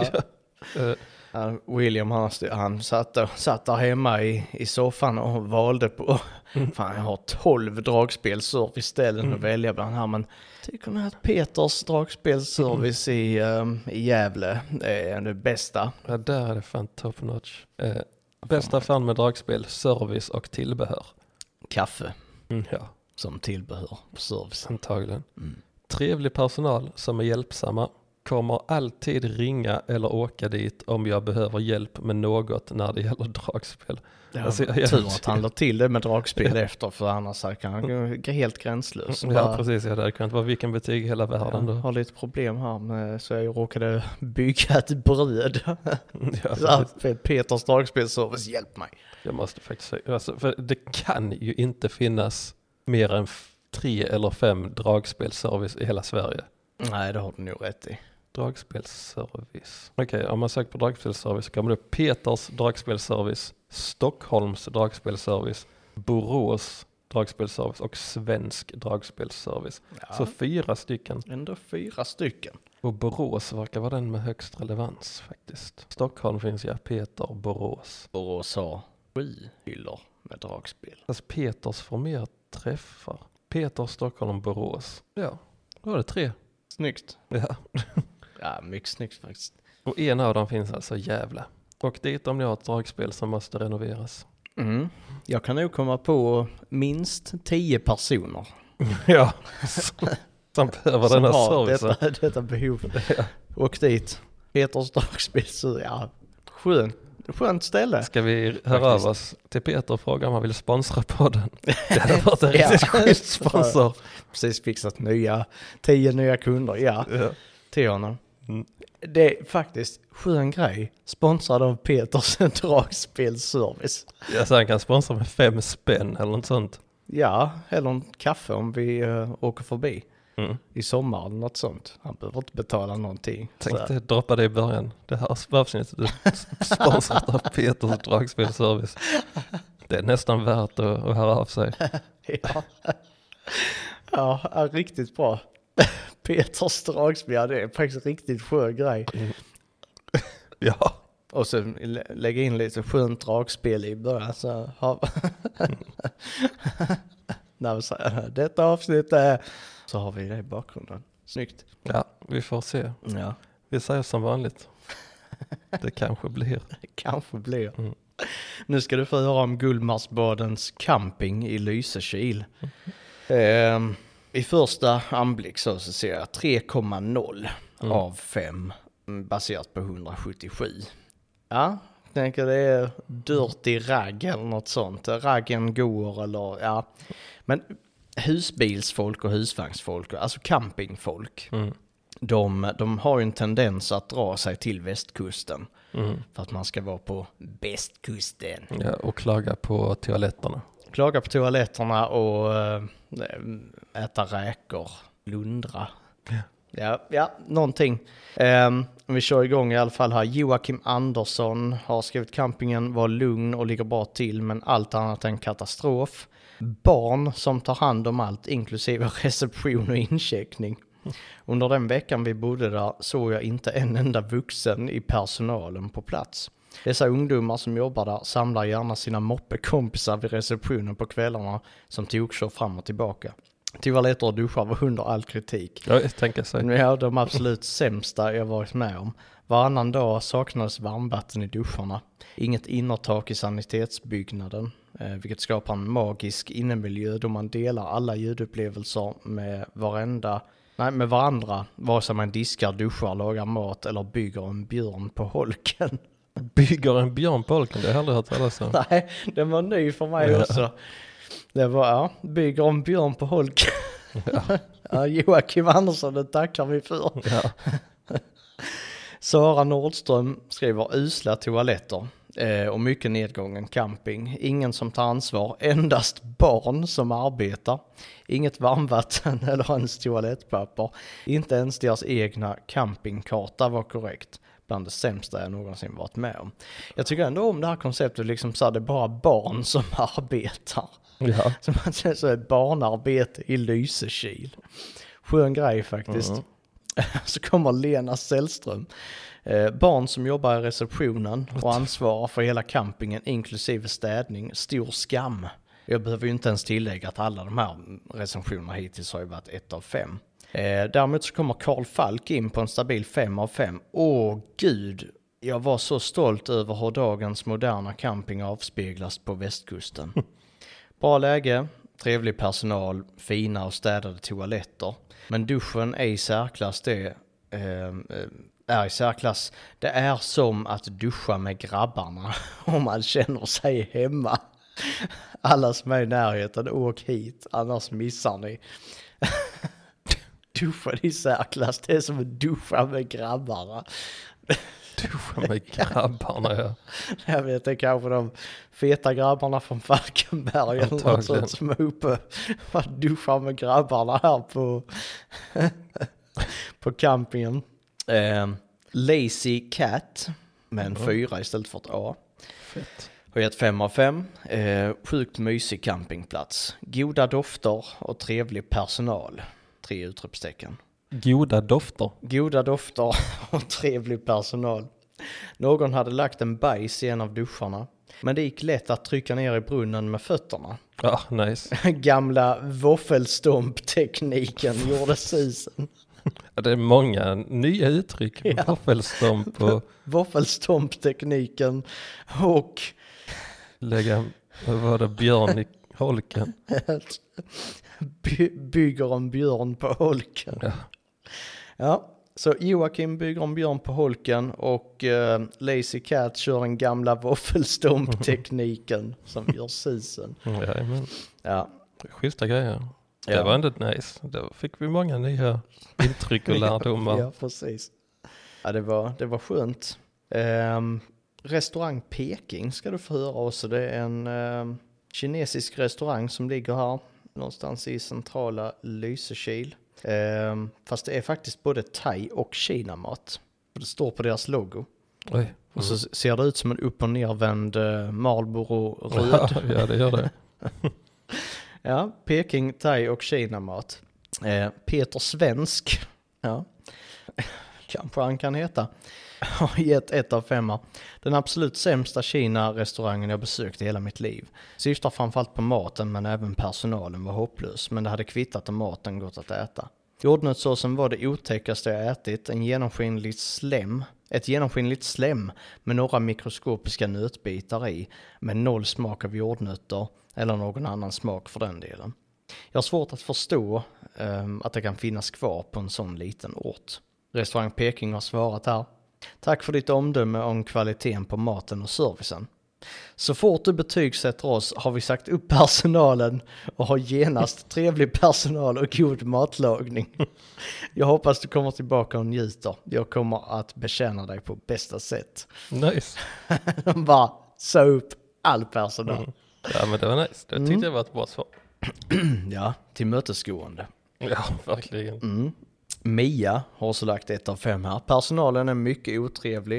[SPEAKER 2] William han satt där hemma i soffan och valde på fan, jag har 12 dragspelservice-ställen att välja bland här, men tycker ni att Peters dragspelservice i Gävle är det bästa?
[SPEAKER 3] Ja, där är det fan top notch. Bästa affären med dragspel, service och tillbehör.
[SPEAKER 2] Kaffe
[SPEAKER 3] Ja.
[SPEAKER 2] som tillbehör på service.
[SPEAKER 3] Antagligen. Trevlig personal som är hjälpsamma. Kommer alltid ringa eller åka dit om jag behöver hjälp med något när det gäller dragspel.
[SPEAKER 2] Ja,
[SPEAKER 3] alltså,
[SPEAKER 2] tur att han lade till det med dragspel efter, för annars kan han gå helt gränslös.
[SPEAKER 3] Ja, precis. Ja, det kan inte vara vilken butik i hela världen.
[SPEAKER 2] Jag har lite problem här med, så jag råkade bygga ett bröd. Peters dragspelservice, hjälp mig.
[SPEAKER 3] Jag måste faktiskt säga, alltså, för det kan ju inte finnas mer än 3 eller 5 dragspelservice i hela Sverige.
[SPEAKER 2] Nej, det har du nog rätt i.
[SPEAKER 3] Dragspelservice. Okej, om man söker på dragspelservice kommer det upp Peters dragspelservice, Stockholms dragspelservice, Borås dragspelservice och Svensk dragspelservice.
[SPEAKER 2] Ja.
[SPEAKER 3] Så 4 stycken.
[SPEAKER 2] Ändå 4 stycken.
[SPEAKER 3] Och Borås verkar vara den med högst relevans faktiskt. Stockholm finns Peter, Borås.
[SPEAKER 2] Borås har 7 hyllor med dragspel.
[SPEAKER 3] Alltså Peters får mer träffar. Peter, Stockholm, Borås. Ja, då var det 3.
[SPEAKER 2] Snyggt.
[SPEAKER 3] Ja.
[SPEAKER 2] Ja, mycket snyggt faktiskt.
[SPEAKER 3] Och en av dem finns alltså Gävle. Och dit om ni har ett dragspel som måste renoveras.
[SPEAKER 2] Jag kan nog komma på minst 10 personer.
[SPEAKER 3] Ja, som behöver den här servicen.
[SPEAKER 2] Detta behov. Och dit. Peters dragspel, så ja, skönt ställe.
[SPEAKER 3] Ska vi höra av oss till Peter och fråga om han vill sponsra podden? Det hade varit en riktigt schysst sponsor.
[SPEAKER 2] Precis fixat 10 nya kunder, ja. Till honom. Det är faktiskt skön grej. Sponsrad av Peters dragspelservice.
[SPEAKER 3] Ja, så han kan sponsra med 5 spänn eller något sånt.
[SPEAKER 2] Ja, eller en kaffe om vi åker förbi. I sommar eller något sånt. Han behöver inte betala någonting.
[SPEAKER 3] Tänkte droppa det i början. Det här avsnittet är sponsrat av Peters dragspelservice. Det är nästan värt att höra av sig. Ja,
[SPEAKER 2] riktigt bra. Peters dragspel, det är faktiskt riktigt skön grej.
[SPEAKER 3] Ja.
[SPEAKER 2] Och så lägga in lite skönt dragspel i början. Så detta avsnitt är... Så har vi det i bakgrunden. Snyggt.
[SPEAKER 3] Ja, vi får se.
[SPEAKER 2] Ja.
[SPEAKER 3] Vi säger som vanligt. Det kanske blir.
[SPEAKER 2] Nu ska du få höra om Gullmarsbadens camping i Lysekil. I första anblick så ser jag 3,0 av 5 baserat på 177. Ja, jag tänker det är dirty ragg eller något sånt. Raggen går eller ja. Men husbilsfolk och husvagnsfolk, alltså campingfolk, de har ju en tendens att dra sig till västkusten för att man ska vara på bästkusten.
[SPEAKER 3] Ja, och klaga på toaletterna.
[SPEAKER 2] Klaga på toaletterna och äta räkor, lundra. Ja, någonting. Vi kör igång i alla fall här. Joakim Andersson har skrivit campingen var lugn och ligger bra till, men allt annat än katastrof. Barn som tar hand om allt, inklusive reception och incheckning. Under den veckan vi bodde där såg jag inte en enda vuxen i personalen på plats. Dessa ungdomar som jobbar där samlar gärna sina moppekompisar vid receptionen på kvällarna som tokör fram och tillbaka. Toaletter och duschar var under all kritik.
[SPEAKER 3] Jag tänker sig.
[SPEAKER 2] Ja, de absolut sämsta jag varit med om. Varannan dag saknades varmvatten i duscharna. Inget innertak i sanitetsbyggnaden, vilket skapar en magisk innemiljö då man delar alla ljudupplevelser med varandra, vare sig man diskar, duschar, lagar mat eller bygger en björn på holken.
[SPEAKER 3] Bygger en björn på holken, det har jag aldrig hört talas om.
[SPEAKER 2] Nej, det var ny för mig också. Det var, bygger en björn på holken. Ja, Joakim Andersson, det tackar vi för.
[SPEAKER 3] Ja.
[SPEAKER 2] Sara Nordström skriver usla toaletter och mycket nedgången camping. Ingen som tar ansvar, endast barn som arbetar. Inget varmvatten eller ens toalettpapper. Inte ens deras egna campingkarta var korrekt. Bland det sämsta jag någonsin varit med om. Jag tycker ändå om det här konceptet, liksom så är det bara barn som arbetar.
[SPEAKER 3] Ja.
[SPEAKER 2] Som man säger, så är ett barnarbete i Lysekil. Skön grej faktiskt. Så kommer Lena Sällström. Barn som jobbar i receptionen och ansvarar för hela campingen inklusive städning. Stor skam. Jag behöver ju inte ens tillägga att alla de här recensionerna hittills har ju varit 1 av 5. Däremot så kommer Carl Falk in på en stabil 5 av 5. Åh gud, jag var så stolt över hur dagens moderna camping avspeglas på västkusten. Bra läge, trevlig personal, fina och städade toaletter. Men duschen är i särklass det är som att duscha med grabbarna om man känner sig hemma. Alla som är i närheten, åk hit, annars missar ni. Duschen i särklass, det är som att duscha med grabbarna.
[SPEAKER 3] Duscha med grabbarna, ja.
[SPEAKER 2] Jag vet, det är kanske de feta grabbarna från Falkenberg eller något sånt som är uppe och duschar med grabbarna här på campingen. Lazy Cat med en 4 istället för ett A.
[SPEAKER 3] Fett.
[SPEAKER 2] Har gett 5 av 5. Sjukt mysig campingplats. Goda dofter och trevlig personal. 3 utropstecken.
[SPEAKER 3] Goda dofter.
[SPEAKER 2] Goda dofter och trevlig personal. Någon hade lagt en bajs i en av duscharna. Men det gick lätt att trycka ner i brunnen med fötterna.
[SPEAKER 3] Ja, nice.
[SPEAKER 2] Gamla våffelstomp-tekniken gjorde susen.
[SPEAKER 3] Ja, det är många nya uttryck.
[SPEAKER 2] Ja.
[SPEAKER 3] Våffelstomp och
[SPEAKER 2] våffelstomp-tekniken och
[SPEAKER 3] lägga, vad var det, björn i holken.
[SPEAKER 2] Bygger en björn på holken. Ja, så Joakim bygger en björn på holken och Lazy Cat kör den gamla våffelstomp-tekniken som gör susen.
[SPEAKER 3] Jajamän.
[SPEAKER 2] Ja.
[SPEAKER 3] Schyssta grejer.
[SPEAKER 2] Ja.
[SPEAKER 3] Det var ändå nice. Då fick vi många nya intryck och lärdomar.
[SPEAKER 2] Ja, precis. Ja, det var skönt. Restaurang Peking ska du få höra också. Det är en kinesisk restaurang som ligger här någonstans i centrala Lysekil. Fast det är faktiskt både thai och kinamat. Det står på deras logo.
[SPEAKER 3] Oj.
[SPEAKER 2] Och så ser det ut som en upp- och nervänd Marlboro röd.
[SPEAKER 3] Ja, det gör det.
[SPEAKER 2] Ja, Peking, thai och kinamat. Peter Svensk, ja, kanske han kan heta, har gett 1 av 5. Den absolut sämsta Kina-restaurangen jag besökt i hela mitt liv. Syftar framförallt på maten, men även personalen var hopplös. Men det hade kvittat om maten gått att äta. Jordnötssåsen var det otäckaste jag ätit. Ett genomskinligt slem med några mikroskopiska nötbitar i. Med 0 smak av jordnötter eller någon annan smak för den delen. Jag har svårt att förstå att det kan finnas kvar på en sån liten ort. Restaurang Peking har svarat här. Tack för ditt omdöme om kvaliteten på maten och servicen. Så fort du betygsätter oss har vi sagt upp personalen och har genast trevlig personal och god matlagning. Jag hoppas du kommer tillbaka och njuter. Jag kommer att betjäna dig på bästa sätt.
[SPEAKER 3] Nice.
[SPEAKER 2] De bara sa upp all personal.
[SPEAKER 3] Mm. Ja, men det var nice. Det tyckte jag var ett bra svar.
[SPEAKER 2] Ja, tillmötesgående.
[SPEAKER 3] Ja, verkligen.
[SPEAKER 2] Mia har så lagt 1 av 5 här. Personalen är mycket otrevlig.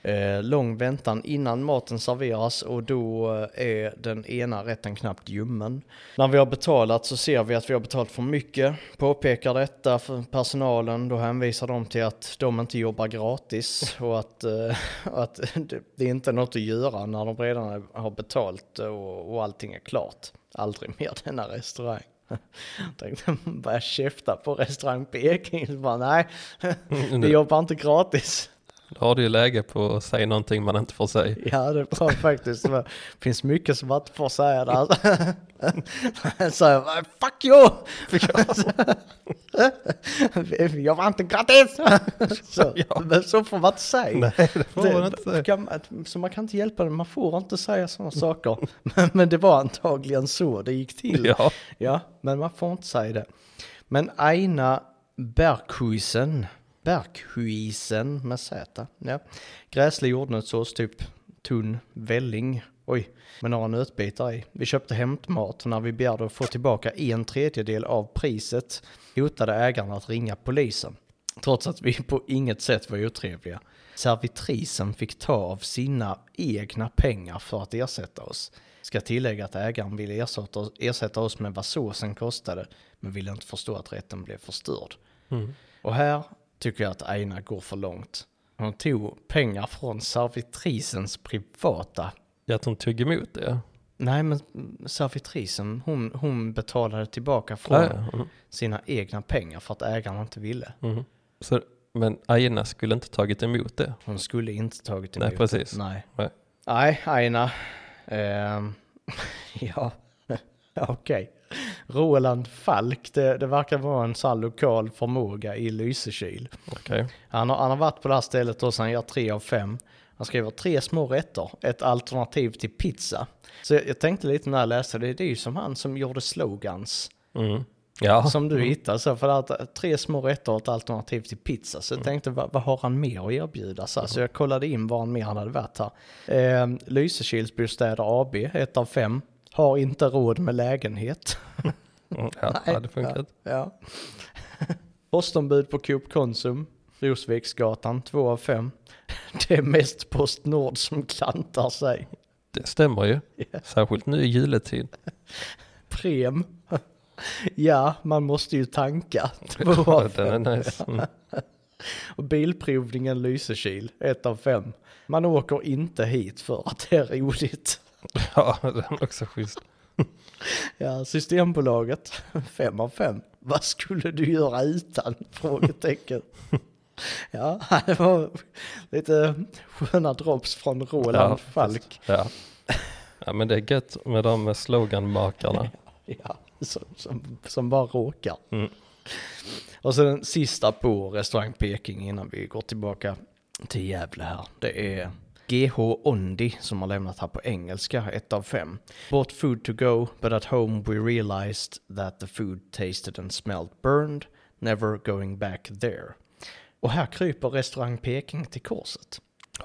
[SPEAKER 2] Lång väntan innan maten serveras och då är den ena rätten knappt ljummen. När vi har betalat så ser vi att vi har betalat för mycket. Påpekar detta för personalen, då hänvisar de till att de inte jobbar gratis och att det är inte något att göra när de redan har betalt och allting är klart. Aldrig mer denna restaurang. Jag tänkte börja käfta på restaurang Peking. Så bara, nej, vi jobbar inte gratis.
[SPEAKER 3] Då har du ju läge på att säga någonting man inte får säga.
[SPEAKER 2] Ja, det är bra faktiskt. Det finns mycket som man inte får säga där. Så jag bara, fuck you! Jag var inte gratis! Men så får man inte säga.
[SPEAKER 3] Nej, det får man inte säga.
[SPEAKER 2] Så man kan inte hjälpa det. Man får inte säga sådana saker. Men det var antagligen så det gick till. Ja, men man får inte säga det. Men Aina Berghuisen med Z. Ja. Gräslig jordnötssås, typ tunn välling. Oj, med några nötbitar i. Vi köpte hämtmat. När vi begärde att få tillbaka 1/3 av priset hotade ägaren att ringa polisen. Trots att vi på inget sätt var otrevliga. Servitrisen fick ta av sina egna pengar för att ersätta oss. Ska tillägga att ägaren ville ersätta oss med vad såsen kostade, men ville inte förstå att rätten blev förstörd. Och här tycker jag att Aina går för långt. Hon tog pengar från servitrisens privata.
[SPEAKER 3] Ja, att hon tog emot det.
[SPEAKER 2] Nej, men servitrisen, hon betalade tillbaka från sina egna pengar för att ägaren inte ville.
[SPEAKER 3] Så, men Aina skulle inte tagit emot det?
[SPEAKER 2] Hon skulle inte tagit emot
[SPEAKER 3] det. Nej, precis.
[SPEAKER 2] Det. Nej, Aina. Ja, okej. Roland Falk, det verkar vara en sån lokal förmåga i Lysekil.
[SPEAKER 3] Okay.
[SPEAKER 2] Han har varit på det här stället och han gör 3 av 5. Han skriver 3 små rätter, ett alternativ till pizza. Så jag tänkte lite när jag läste det är ju som han som gjorde slogans.
[SPEAKER 3] Ja.
[SPEAKER 2] Som du hittade, så för att 3 små rätter och ett alternativ till pizza. Så jag tänkte, vad har han mer att erbjuda? Så jag kollade in vad han mer hade varit här. Lysekilsbostäder AB, 1 av 5. Har inte råd med lägenhet.
[SPEAKER 3] Ja, det funkar.
[SPEAKER 2] Ja. Postombud på Coop Konsum, Rosviksgatan, 2 av 5. Det är mest Postnord som klantar sig.
[SPEAKER 3] Det stämmer ju. Yeah. Särskilt nu i juletid.
[SPEAKER 2] Prem. Ja, man måste ju tanka. 2 av 5.
[SPEAKER 3] Den är nice.
[SPEAKER 2] Och bilprovningen Lysekil, 1 av 5. Man åker inte hit för att det är roligt.
[SPEAKER 3] Ja, den är också schysst.
[SPEAKER 2] Ja, Systembolaget, 5 av 5. Vad skulle du göra utan? Frågetecken. Ja, det var lite sköna drops från Roland Falk.
[SPEAKER 3] Ja, men det är gött med de sloganmakarna.
[SPEAKER 2] Ja, som bara råkar. Och så den sista på restaurang Peking innan vi går tillbaka till Gävle här. Det är GH Ondi som har lämnat här på engelska, 1 av 5. Bought food to go, but at home we realized that the food tasted and smelled burned, never going back there. Och här kryper restaurang Peking till korset.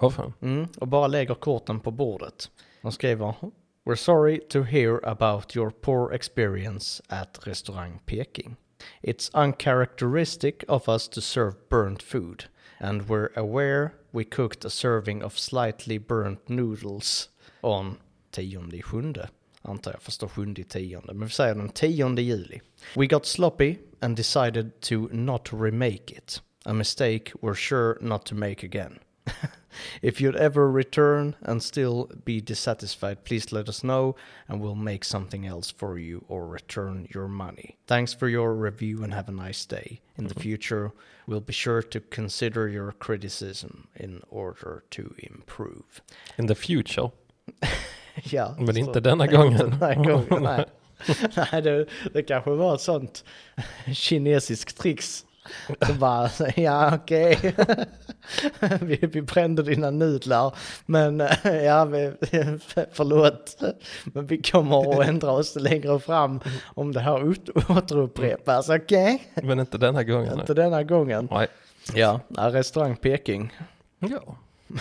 [SPEAKER 2] Och bara lägger korten på bordet. De skriver: We're sorry to hear about your poor experience at restaurang Peking. It's uncharacteristic of us to serve burnt food, and we're aware we cooked a serving of slightly burnt noodles on 10/7. Antar jag förstår 7/10, men vi säger den 10 juli. We got sloppy and decided to not remake it. A mistake we're sure not to make again. If you'd ever return and still be dissatisfied, please let us know and we'll make something else for you or return your money. Thanks for your review and have a nice day. In the future, we'll be sure to consider your criticism in order to improve.
[SPEAKER 3] In the future?
[SPEAKER 2] Ja.
[SPEAKER 3] Men inte denna gången.
[SPEAKER 2] Nej. Nej, det kanske var ett sånt kinesiskt tricks. Så bara, ja okej. Vi brände dina nudlar. Men ja, förlåt. Men vi kommer att ändra oss längre fram om det här återupprepas, okej?
[SPEAKER 3] Men inte denna gången.
[SPEAKER 2] Inte denna gången.
[SPEAKER 3] Nej.
[SPEAKER 2] Ja, restaurang Peking.
[SPEAKER 3] Ja.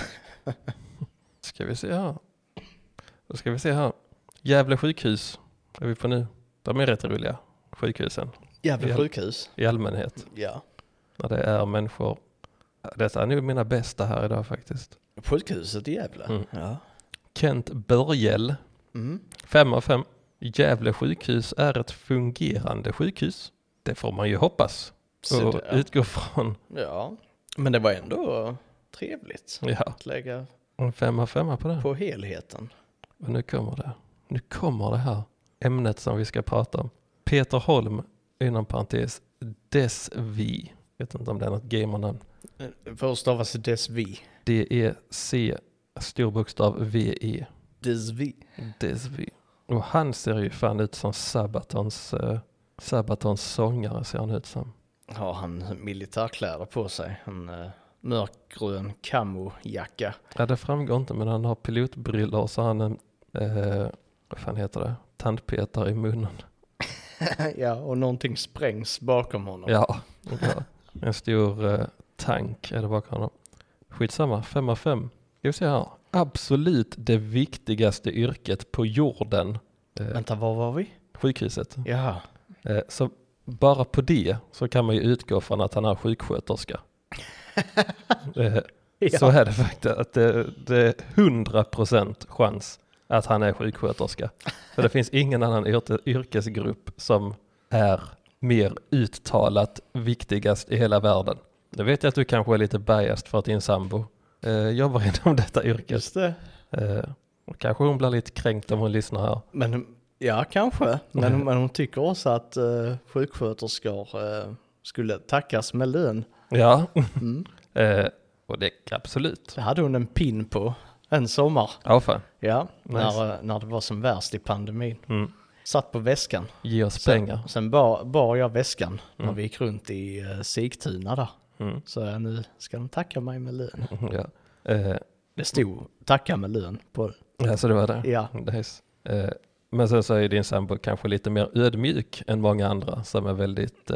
[SPEAKER 3] Ska vi se här. Gävle sjukhus är vi på nu. De är rätt roliga, sjukhusen.
[SPEAKER 2] Gävle sjukhus?
[SPEAKER 3] I allmänhet.
[SPEAKER 2] Ja.
[SPEAKER 3] När det är människor. Detta är nog mina bästa här idag faktiskt.
[SPEAKER 2] Sjukhuset i Gävle?
[SPEAKER 3] Mm.
[SPEAKER 2] Ja.
[SPEAKER 3] Kent Börjel, 5 av 5. Gävle sjukhus är ett fungerande sjukhus. Det får man ju hoppas och utgå från.
[SPEAKER 2] Ja, men det var ändå trevligt att lägga
[SPEAKER 3] en 5 av 5 på det.
[SPEAKER 2] På helheten.
[SPEAKER 3] Och nu kommer det här ämnet som vi ska prata om. Peter Holm, inom parentes, Desvi. Jag vet inte om det är något gamernamn.
[SPEAKER 2] Först stavas Desvi.
[SPEAKER 3] D-E-C, storbokstav V-E. Desvi. Och han ser ju fan ut som Sabatons sångare ser han ut som.
[SPEAKER 2] Har han militärkläder på sig? En mörkgrön kamojacka.
[SPEAKER 3] Ja, det framgår inte, men han har pilotbrillor och så har han en, vad fan heter det? Tandpetare i munnen.
[SPEAKER 2] Ja, och någonting sprängs bakom honom.
[SPEAKER 3] Ja. En stor tank är det bakom honom. Skitsamma, 5 av 5. Jag ser här. Absolut det viktigaste yrket på jorden.
[SPEAKER 2] Vänta, var var vi?
[SPEAKER 3] Sjukhuset.
[SPEAKER 2] Ja.
[SPEAKER 3] Så bara på det så kan man ju utgå från att han är sjuksköterska. Så är det faktiskt. Att det är 100% chans att han är sjuksköterska. För det finns ingen annan yrkesgrupp som är mer uttalat viktigast i hela världen. Nu vet jag att du kanske är lite biased för att din sambo jobbar inom detta yrke.
[SPEAKER 2] Just det.
[SPEAKER 3] Och kanske hon blir lite kränkt om hon lyssnar här.
[SPEAKER 2] Men ja, kanske. Men hon tycker också att sjuksköterskor skulle tackas med lön.
[SPEAKER 3] Ja, och det absolut.
[SPEAKER 2] Det hade hon en pin på en sommar.
[SPEAKER 3] Ja, fan.
[SPEAKER 2] Ja,
[SPEAKER 3] Nice.
[SPEAKER 2] när det var som värst i pandemin.
[SPEAKER 3] Mm.
[SPEAKER 2] Satt på väskan.
[SPEAKER 3] Ge oss pengar.
[SPEAKER 2] Sen bar jag väskan när vi gick runt i Sigtuna där.
[SPEAKER 3] Mm.
[SPEAKER 2] Så nu ska de tacka mig med lön.
[SPEAKER 3] Ja.
[SPEAKER 2] Det stod tacka med lön på.
[SPEAKER 3] Ja, så det var det.
[SPEAKER 2] Ja.
[SPEAKER 3] Nice. Men sen så är din sambo kanske lite mer ödmjuk än många andra som är väldigt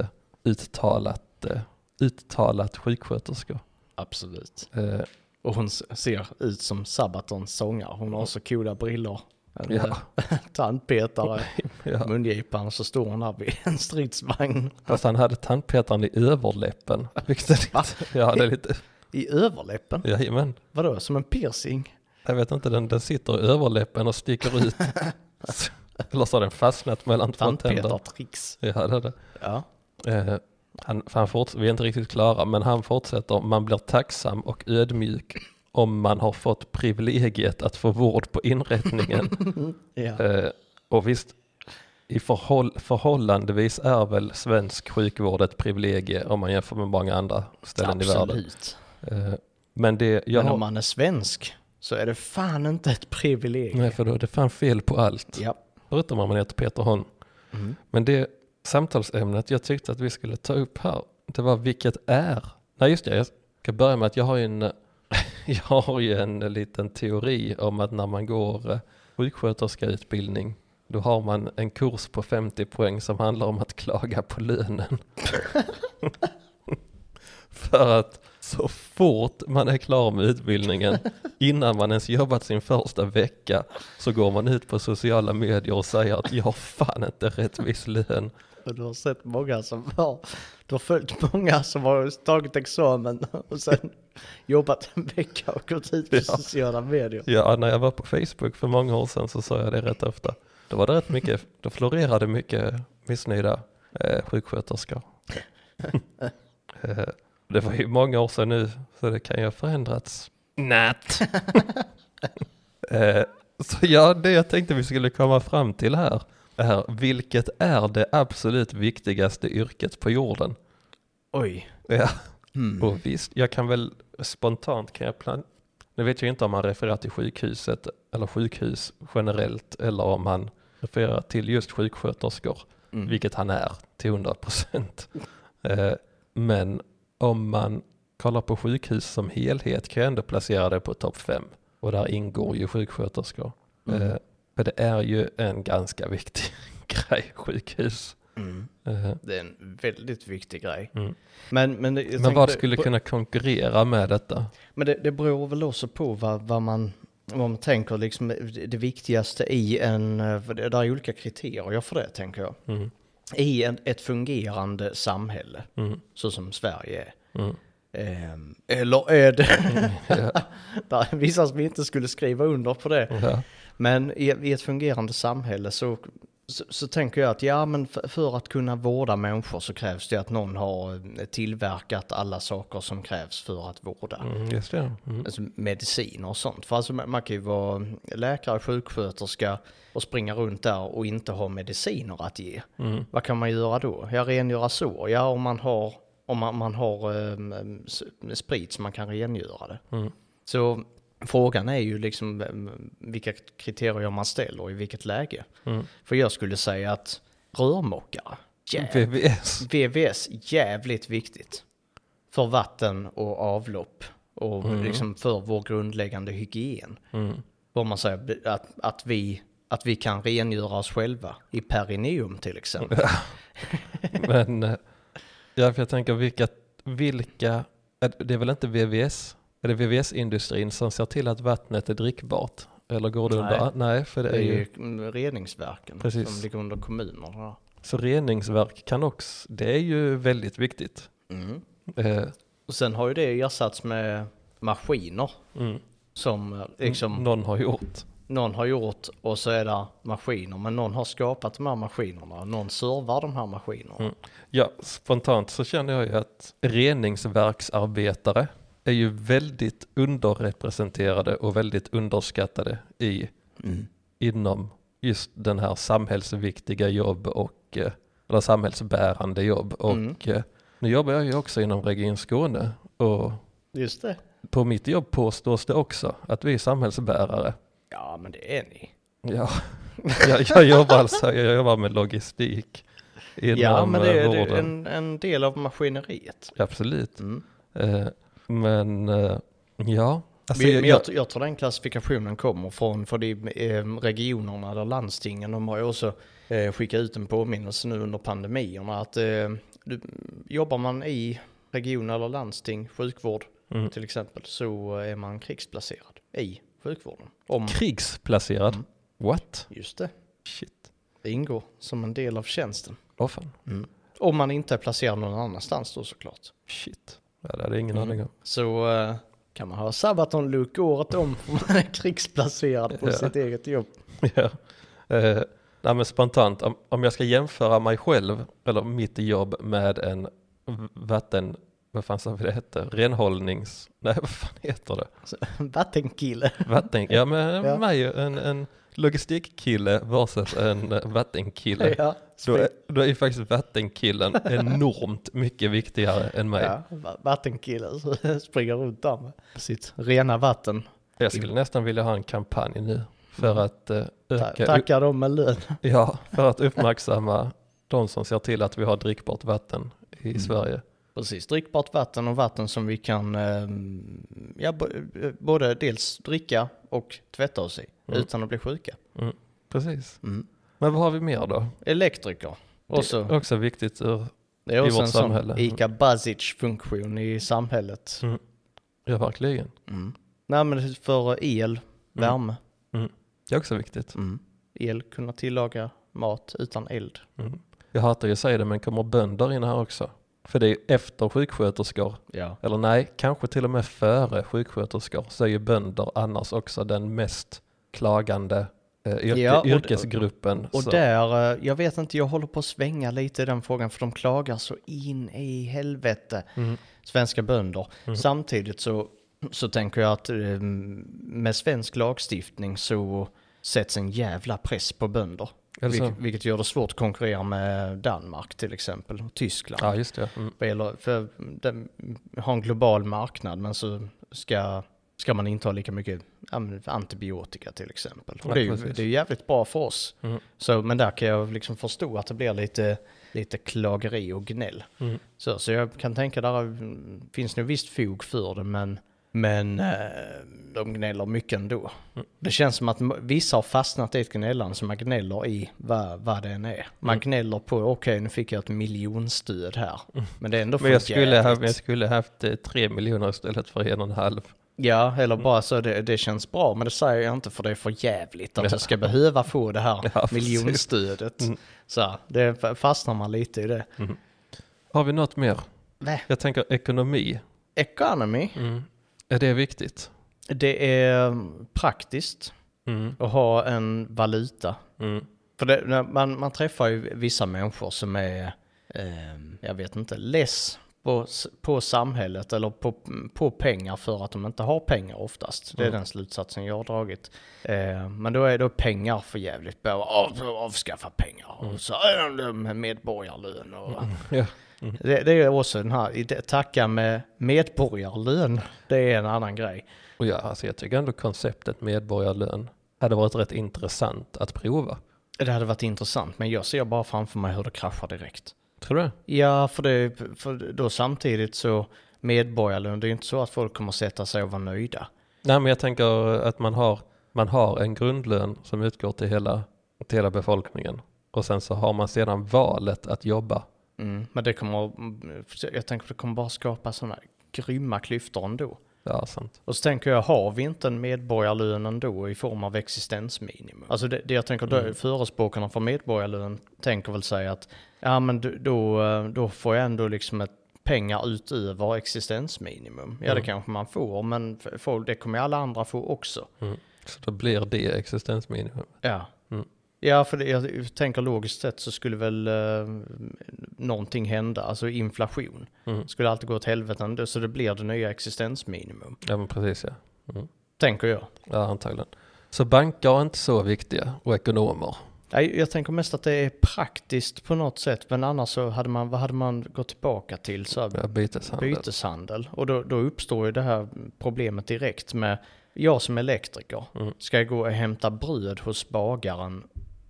[SPEAKER 3] uttalat sjuksköterskor.
[SPEAKER 2] Absolut. Och hon ser ut som Sabatons sångare. Hon har så coola brillor. Tandpetare, mungipan, så står hon här vid en stridsvagn.
[SPEAKER 3] Fast han hade tandpetaren i överläppen. Vilket är lite, ja, det är lite...
[SPEAKER 2] I överläppen?
[SPEAKER 3] Jajamän.
[SPEAKER 2] Vadå, som en piercing?
[SPEAKER 3] Jag vet inte, den sitter i överläppen och sticker ut. Eller så har den fastnat mellan två tänder.
[SPEAKER 2] Tandpetartricks.
[SPEAKER 3] Ja, det är det.
[SPEAKER 2] Ja.
[SPEAKER 3] Vi är inte riktigt klara, men han fortsätter. Man blir tacksam och ödmjuk om man har fått privilegiet att få vård på inrättningen. Och visst, i förhållandevis är väl svensk sjukvård ett privilegie om man jämför med många andra ställen i världen.
[SPEAKER 2] Absolut.
[SPEAKER 3] Men
[SPEAKER 2] om man är svensk så är det fan inte ett privilegium.
[SPEAKER 3] Nej, för då är det fan fel på allt.
[SPEAKER 2] Ja.
[SPEAKER 3] Förutom om man heter Peter Holm.
[SPEAKER 2] Mm.
[SPEAKER 3] Men det samtalsämnet jag tyckte att vi skulle ta upp här, det var vilket är. Nej, just det, jag ska börja med att jag har ju en liten teori om att när man går sjuksköterskeutbildning, då har man en kurs på 50 poäng som handlar om att klaga på lönen. För att så fort man är klar med utbildningen, innan man ens jobbat sin första vecka, så går man ut på sociala medier och säger att jag har fan inte rättvis lön.
[SPEAKER 2] Och du har sett många som du har följt många som har tagit examen och sen jobbat en vecka och gått ut på sociala medier.
[SPEAKER 3] Ja, när jag var på Facebook för många år sedan så sa jag det rätt ofta. Då var det rätt mycket, då florerade mycket missnöjda sjuksköterskor. Det var ju många år sedan nu, så det kan ju ha förändrats. Så ja, det jag tänkte vi skulle komma fram till här är, vilket är det absolut viktigaste yrket på jorden?
[SPEAKER 2] Oj.
[SPEAKER 3] Ja, och visst, jag kan väl spontant nu vet jag inte om man refererar till sjukhuset eller sjukhus generellt, eller om han refererar till just sjuksköterskor, vilket han är till 100%. Men om man kollar på sjukhus som helhet kan jag ändå placera det på topp 5. Och där ingår ju sjuksköterskor. För det är ju en ganska viktig grej, sjukhus.
[SPEAKER 2] Det är en väldigt viktig grej.
[SPEAKER 3] Men vad skulle kunna konkurrera med detta? Men
[SPEAKER 2] det beror väl också på vad man tänker liksom det viktigaste i det är olika kriterier för det, tänker jag. I ett fungerande samhälle, så som Sverige är. Eller är det?
[SPEAKER 3] Ja.
[SPEAKER 2] Det är vissa som inte skulle skriva under på det.
[SPEAKER 3] Ja.
[SPEAKER 2] Men i ett fungerande samhälle så tänker jag att ja, men för att kunna vårda människor så krävs det att någon har tillverkat alla saker som krävs för att vårda.
[SPEAKER 3] Just det.
[SPEAKER 2] Alltså mediciner och sånt. För alltså man kan ju vara läkare, sjuksköterska och springa runt där och inte ha mediciner att ge. Vad kan man göra då? Ja, rengöra sår. Ja, om man har sprit så man kan rengöra det. Så frågan är ju liksom vilka kriterier man ställer och i vilket läge. För jag skulle säga att rörmokare, VVS, jävligt viktigt. För vatten och avlopp och liksom för vår grundläggande hygien. Vad man säger, att vi kan rengöra oss själva i perineum till exempel.
[SPEAKER 3] Men ja, för jag tänker vilka, det är väl inte VVS? Är det VVS-industrin som ser till att vattnet är drickbart? Eller går det under? Nej, för det är ju
[SPEAKER 2] reningsverken.
[SPEAKER 3] Precis.
[SPEAKER 2] Som ligger under kommunerna.
[SPEAKER 3] Så reningsverk kan också, det är ju väldigt viktigt.
[SPEAKER 2] Och sen har ju det ersatts med maskiner som liksom någon har gjort och så är det maskiner, men någon har skapat de här maskinerna, någon servar de här maskinerna.
[SPEAKER 3] Ja, spontant så känner jag ju att reningsverksarbetare är ju väldigt underrepresenterade och väldigt underskattade inom just den här samhällsviktiga jobb eller samhällsbärande jobb. Och nu jobbar jag ju också inom Region Skåne och
[SPEAKER 2] just det.
[SPEAKER 3] På mitt jobb påstås det också att vi är samhällsbärare.
[SPEAKER 2] Ja, men det är ni.
[SPEAKER 3] Ja, jag jobbar med logistik inom
[SPEAKER 2] ja, men det är
[SPEAKER 3] vården.
[SPEAKER 2] en del av maskineriet.
[SPEAKER 3] Absolut. Men ja. Alltså,
[SPEAKER 2] jag tror den klassifikationen kommer från för de regionerna eller landstingen. De har ju också skickat ut en påminnelse nu under pandemierna att jobbar man i region eller landsting, sjukvård till exempel, så är man krigsplacerad i sjukvården.
[SPEAKER 3] Krigsplacerad? What?
[SPEAKER 2] Just det.
[SPEAKER 3] Shit.
[SPEAKER 2] Det ingår som en del av tjänsten.
[SPEAKER 3] Fan.
[SPEAKER 2] Om man inte är placerad någon annanstans då såklart.
[SPEAKER 3] Shit. Ja, det är ingen aning om.
[SPEAKER 2] Så kan man ha Sabaton-look året om för man är krigsplacerad på sitt eget jobb.
[SPEAKER 3] Ja. Nej, men spontant, om jag ska jämföra mig själv eller mitt jobb med en vad fan sa vi det hette? Nej, vad fan heter det?
[SPEAKER 2] Vattenkille.
[SPEAKER 3] Ja, men mig, en logistikkille versus en vattenkille.
[SPEAKER 2] Ja,
[SPEAKER 3] då är ju faktiskt vattenkillen enormt mycket viktigare än mig.
[SPEAKER 2] Ja, vattenkillen springer runt där med sitt rena vatten.
[SPEAKER 3] Jag skulle nästan vilja ha en kampanj nu för att
[SPEAKER 2] tacka dem med lön.
[SPEAKER 3] Ja, för att uppmärksamma de som ser till att vi har drickbart vatten i Sverige.
[SPEAKER 2] Precis, drickbart vatten och vatten som vi kan både dels dricka och tvätta oss i utan att bli sjuka.
[SPEAKER 3] Precis. Men vad har vi mer då?
[SPEAKER 2] Elektriker.
[SPEAKER 3] Det är också viktigt
[SPEAKER 2] det är också
[SPEAKER 3] i vårt
[SPEAKER 2] en
[SPEAKER 3] samhälle.
[SPEAKER 2] Sån Ica Basic-funktion i samhället.
[SPEAKER 3] Ja, verkligen.
[SPEAKER 2] Nej, men för el, värme.
[SPEAKER 3] Det är också viktigt.
[SPEAKER 2] El, kunna tillaga mat utan eld.
[SPEAKER 3] Jag hatar ju att säga det, men kommer bönder in här också? För det är efter sjuksköterskor.
[SPEAKER 2] Ja.
[SPEAKER 3] Eller nej, kanske till och med före sjuksköterskor. Så är ju bönder annars också den mest klagande yrkesgruppen.
[SPEAKER 2] Och där, jag vet inte, jag håller på att svänga lite i den frågan. För de klagar så in i helvete. Svenska bönder. Samtidigt så tänker jag att med svensk lagstiftning så sätts en jävla press på bönder. Vilket gör det svårt att konkurrera med Danmark till exempel, och Tyskland.
[SPEAKER 3] Ja, just det.
[SPEAKER 2] För de har en global marknad, men så ska man inte ha lika mycket antibiotika till exempel. Och det är jävligt bra för oss. Så, men där kan jag liksom förstå att det blir lite klageri och gnäll. Så jag kan tänka där finns nog visst fog för det, men de gnäller mycket ändå. Det känns som att vissa har fastnat i ett gnällande som man gnäller i vad det än är. Man gnäller på, okej, nu fick jag ett miljonstöd här. Men det är ändå för
[SPEAKER 3] jag skulle haft 3 miljoner istället för 1,5.
[SPEAKER 2] Ja, eller bara så det känns bra. Men det säger jag inte, för det är för jävligt att jag ska behöva få det här miljonstödet. Så det fastnar man lite i det.
[SPEAKER 3] Har vi något mer?
[SPEAKER 2] Nej.
[SPEAKER 3] Jag tänker ekonomi.
[SPEAKER 2] Economy.
[SPEAKER 3] Är det viktigt?
[SPEAKER 2] Det är praktiskt att ha en valuta. För det, man träffar ju vissa människor som är, jag vet inte, less på samhället eller på pengar för att de inte har pengar oftast. Det är den slutsatsen jag har dragit. Men då är pengar för jävligt. Avskaffa pengar. Och så med medborgarlön. Och, det är också den här, tacka med medborgarlön. Det är en annan grej.
[SPEAKER 3] Och ja, alltså jag tycker ändå konceptet medborgarlön hade varit rätt intressant att prova.
[SPEAKER 2] Det hade varit intressant, men jag ser bara framför mig hur det kraschar direkt.
[SPEAKER 3] Tror du?
[SPEAKER 2] Ja, för då samtidigt så medborgarlön, det är ju inte så att folk kommer sätta sig och vara nöjda.
[SPEAKER 3] Nej, men jag tänker att man har en grundlön som utgår till hela befolkningen. Och sen så har man sedan valet att jobba.
[SPEAKER 2] Men jag tänker att det kommer bara skapa sådana grymma klyftor ändå.
[SPEAKER 3] Ja, sant.
[SPEAKER 2] Och så tänker jag, har vi inte en medborgarlön ändå i form av existensminimum? Alltså det jag tänker, förespråkarna för medborgarlön tänker väl säga att ja, men då får jag ändå liksom ett pengar utöver existensminimum. Ja, det kanske man får, men det kommer alla andra få också.
[SPEAKER 3] Så då blir det existensminimum.
[SPEAKER 2] Ja. Ja, för jag tänker logiskt sett så skulle väl någonting hända, alltså inflation. Skulle alltid gå åt helvete ändå, så det blir det nya existensminimum.
[SPEAKER 3] Ja, men precis, ja.
[SPEAKER 2] Tänker jag.
[SPEAKER 3] Ja, antagligen. Så banker är inte så viktiga och ekonomer.
[SPEAKER 2] Jag tänker mest att det är praktiskt på något sätt, men annars så vad hade man gått tillbaka till? Så byteshandel. Och då uppstår ju det här problemet direkt med, jag som elektriker ska jag gå och hämta bröd hos bagaren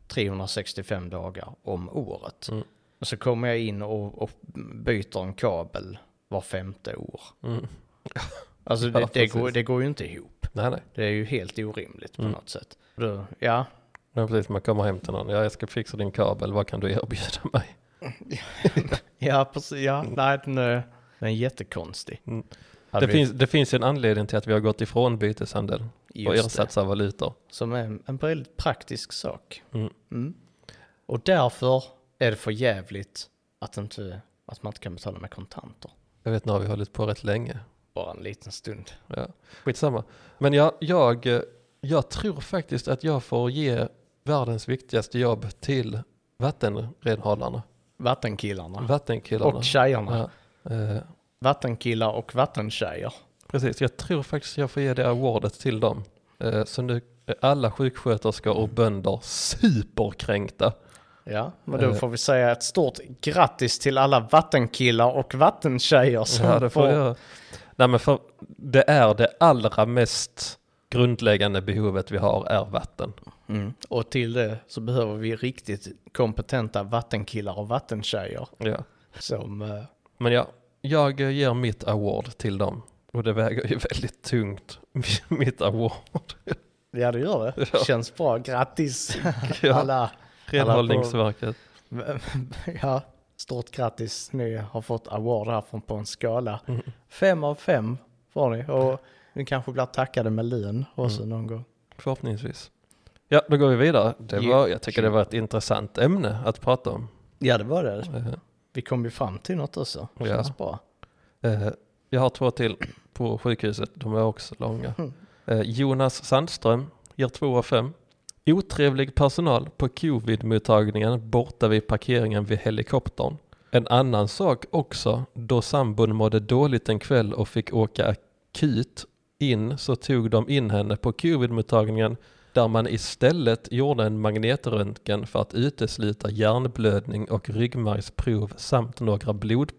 [SPEAKER 2] 365 dagar om året. Och så kommer jag in och byter en kabel var 5:e år. Alltså det går ju inte ihop.
[SPEAKER 3] Nej. Det
[SPEAKER 2] är ju helt orimligt på något sätt. Ja,
[SPEAKER 3] precis. Man kommer hem till någon. Ja, jag ska fixa din kabel. Vad kan du erbjuda mig?
[SPEAKER 2] Ja, precis. Ja, nej, den är jättekonstig.
[SPEAKER 3] Det finns en anledning till att vi har gått ifrån byteshandel och ersatts av valutor.
[SPEAKER 2] Som är en väldigt praktisk sak. Och därför är det för jävligt att man inte kan betala med kontanter.
[SPEAKER 3] Jag vet, nu har vi hållit på rätt länge.
[SPEAKER 2] Bara en liten stund.
[SPEAKER 3] Ja, skitsamma. Men jag tror faktiskt att jag får ge världens viktigaste jobb till vattenrenhållarna.
[SPEAKER 2] Vattenkillarna. Och tjejerna.
[SPEAKER 3] Ja.
[SPEAKER 2] Vattenkillar och vattentjejer.
[SPEAKER 3] Precis, jag tror faktiskt jag får ge det awardet till dem. Så nu är alla sjuksköterskor och bönder superkränkta.
[SPEAKER 2] Ja, men då får vi säga ett stort grattis till alla vattenkillar och vattentjejer.
[SPEAKER 3] Ja, det får jag. Nej, men för det är det allra mest grundläggande behovet vi har är vatten.
[SPEAKER 2] Och till det så behöver vi riktigt kompetenta vattenkillar och vattentjejer.
[SPEAKER 3] Ja.
[SPEAKER 2] Men
[SPEAKER 3] jag ger mitt award till dem. Och det väger ju väldigt tungt, mitt award.
[SPEAKER 2] Ja, det gör det.
[SPEAKER 3] Ja.
[SPEAKER 2] Känns bra. Grattis
[SPEAKER 3] alla Renhållningsverket.
[SPEAKER 2] Ja, stort grattis. Ni har fått award här på en skala. 5 av 5 får ni. Och ni kanske blir tackade med lön också någon gång.
[SPEAKER 3] Förhoppningsvis. Ja, då går vi vidare. Jag tycker det var ett intressant ämne att prata om.
[SPEAKER 2] Ja, det var det. Vi kom ju fram till något också. Det känns bra.
[SPEAKER 3] Jag har 2 till på sjukhuset. De är också långa. Jonas Sandström ger 2 av 5. Otrevlig personal på covid-mottagningen borta vid parkeringen vid helikoptern. En annan sak också, då sambon mådde dåligt en kväll och fick åka akut in, så tog de in henne på covid-mottagningen där man istället gjorde en magnetröntgen för att utesluta hjärnblödning och ryggmärgsprov samt några blodprov. ...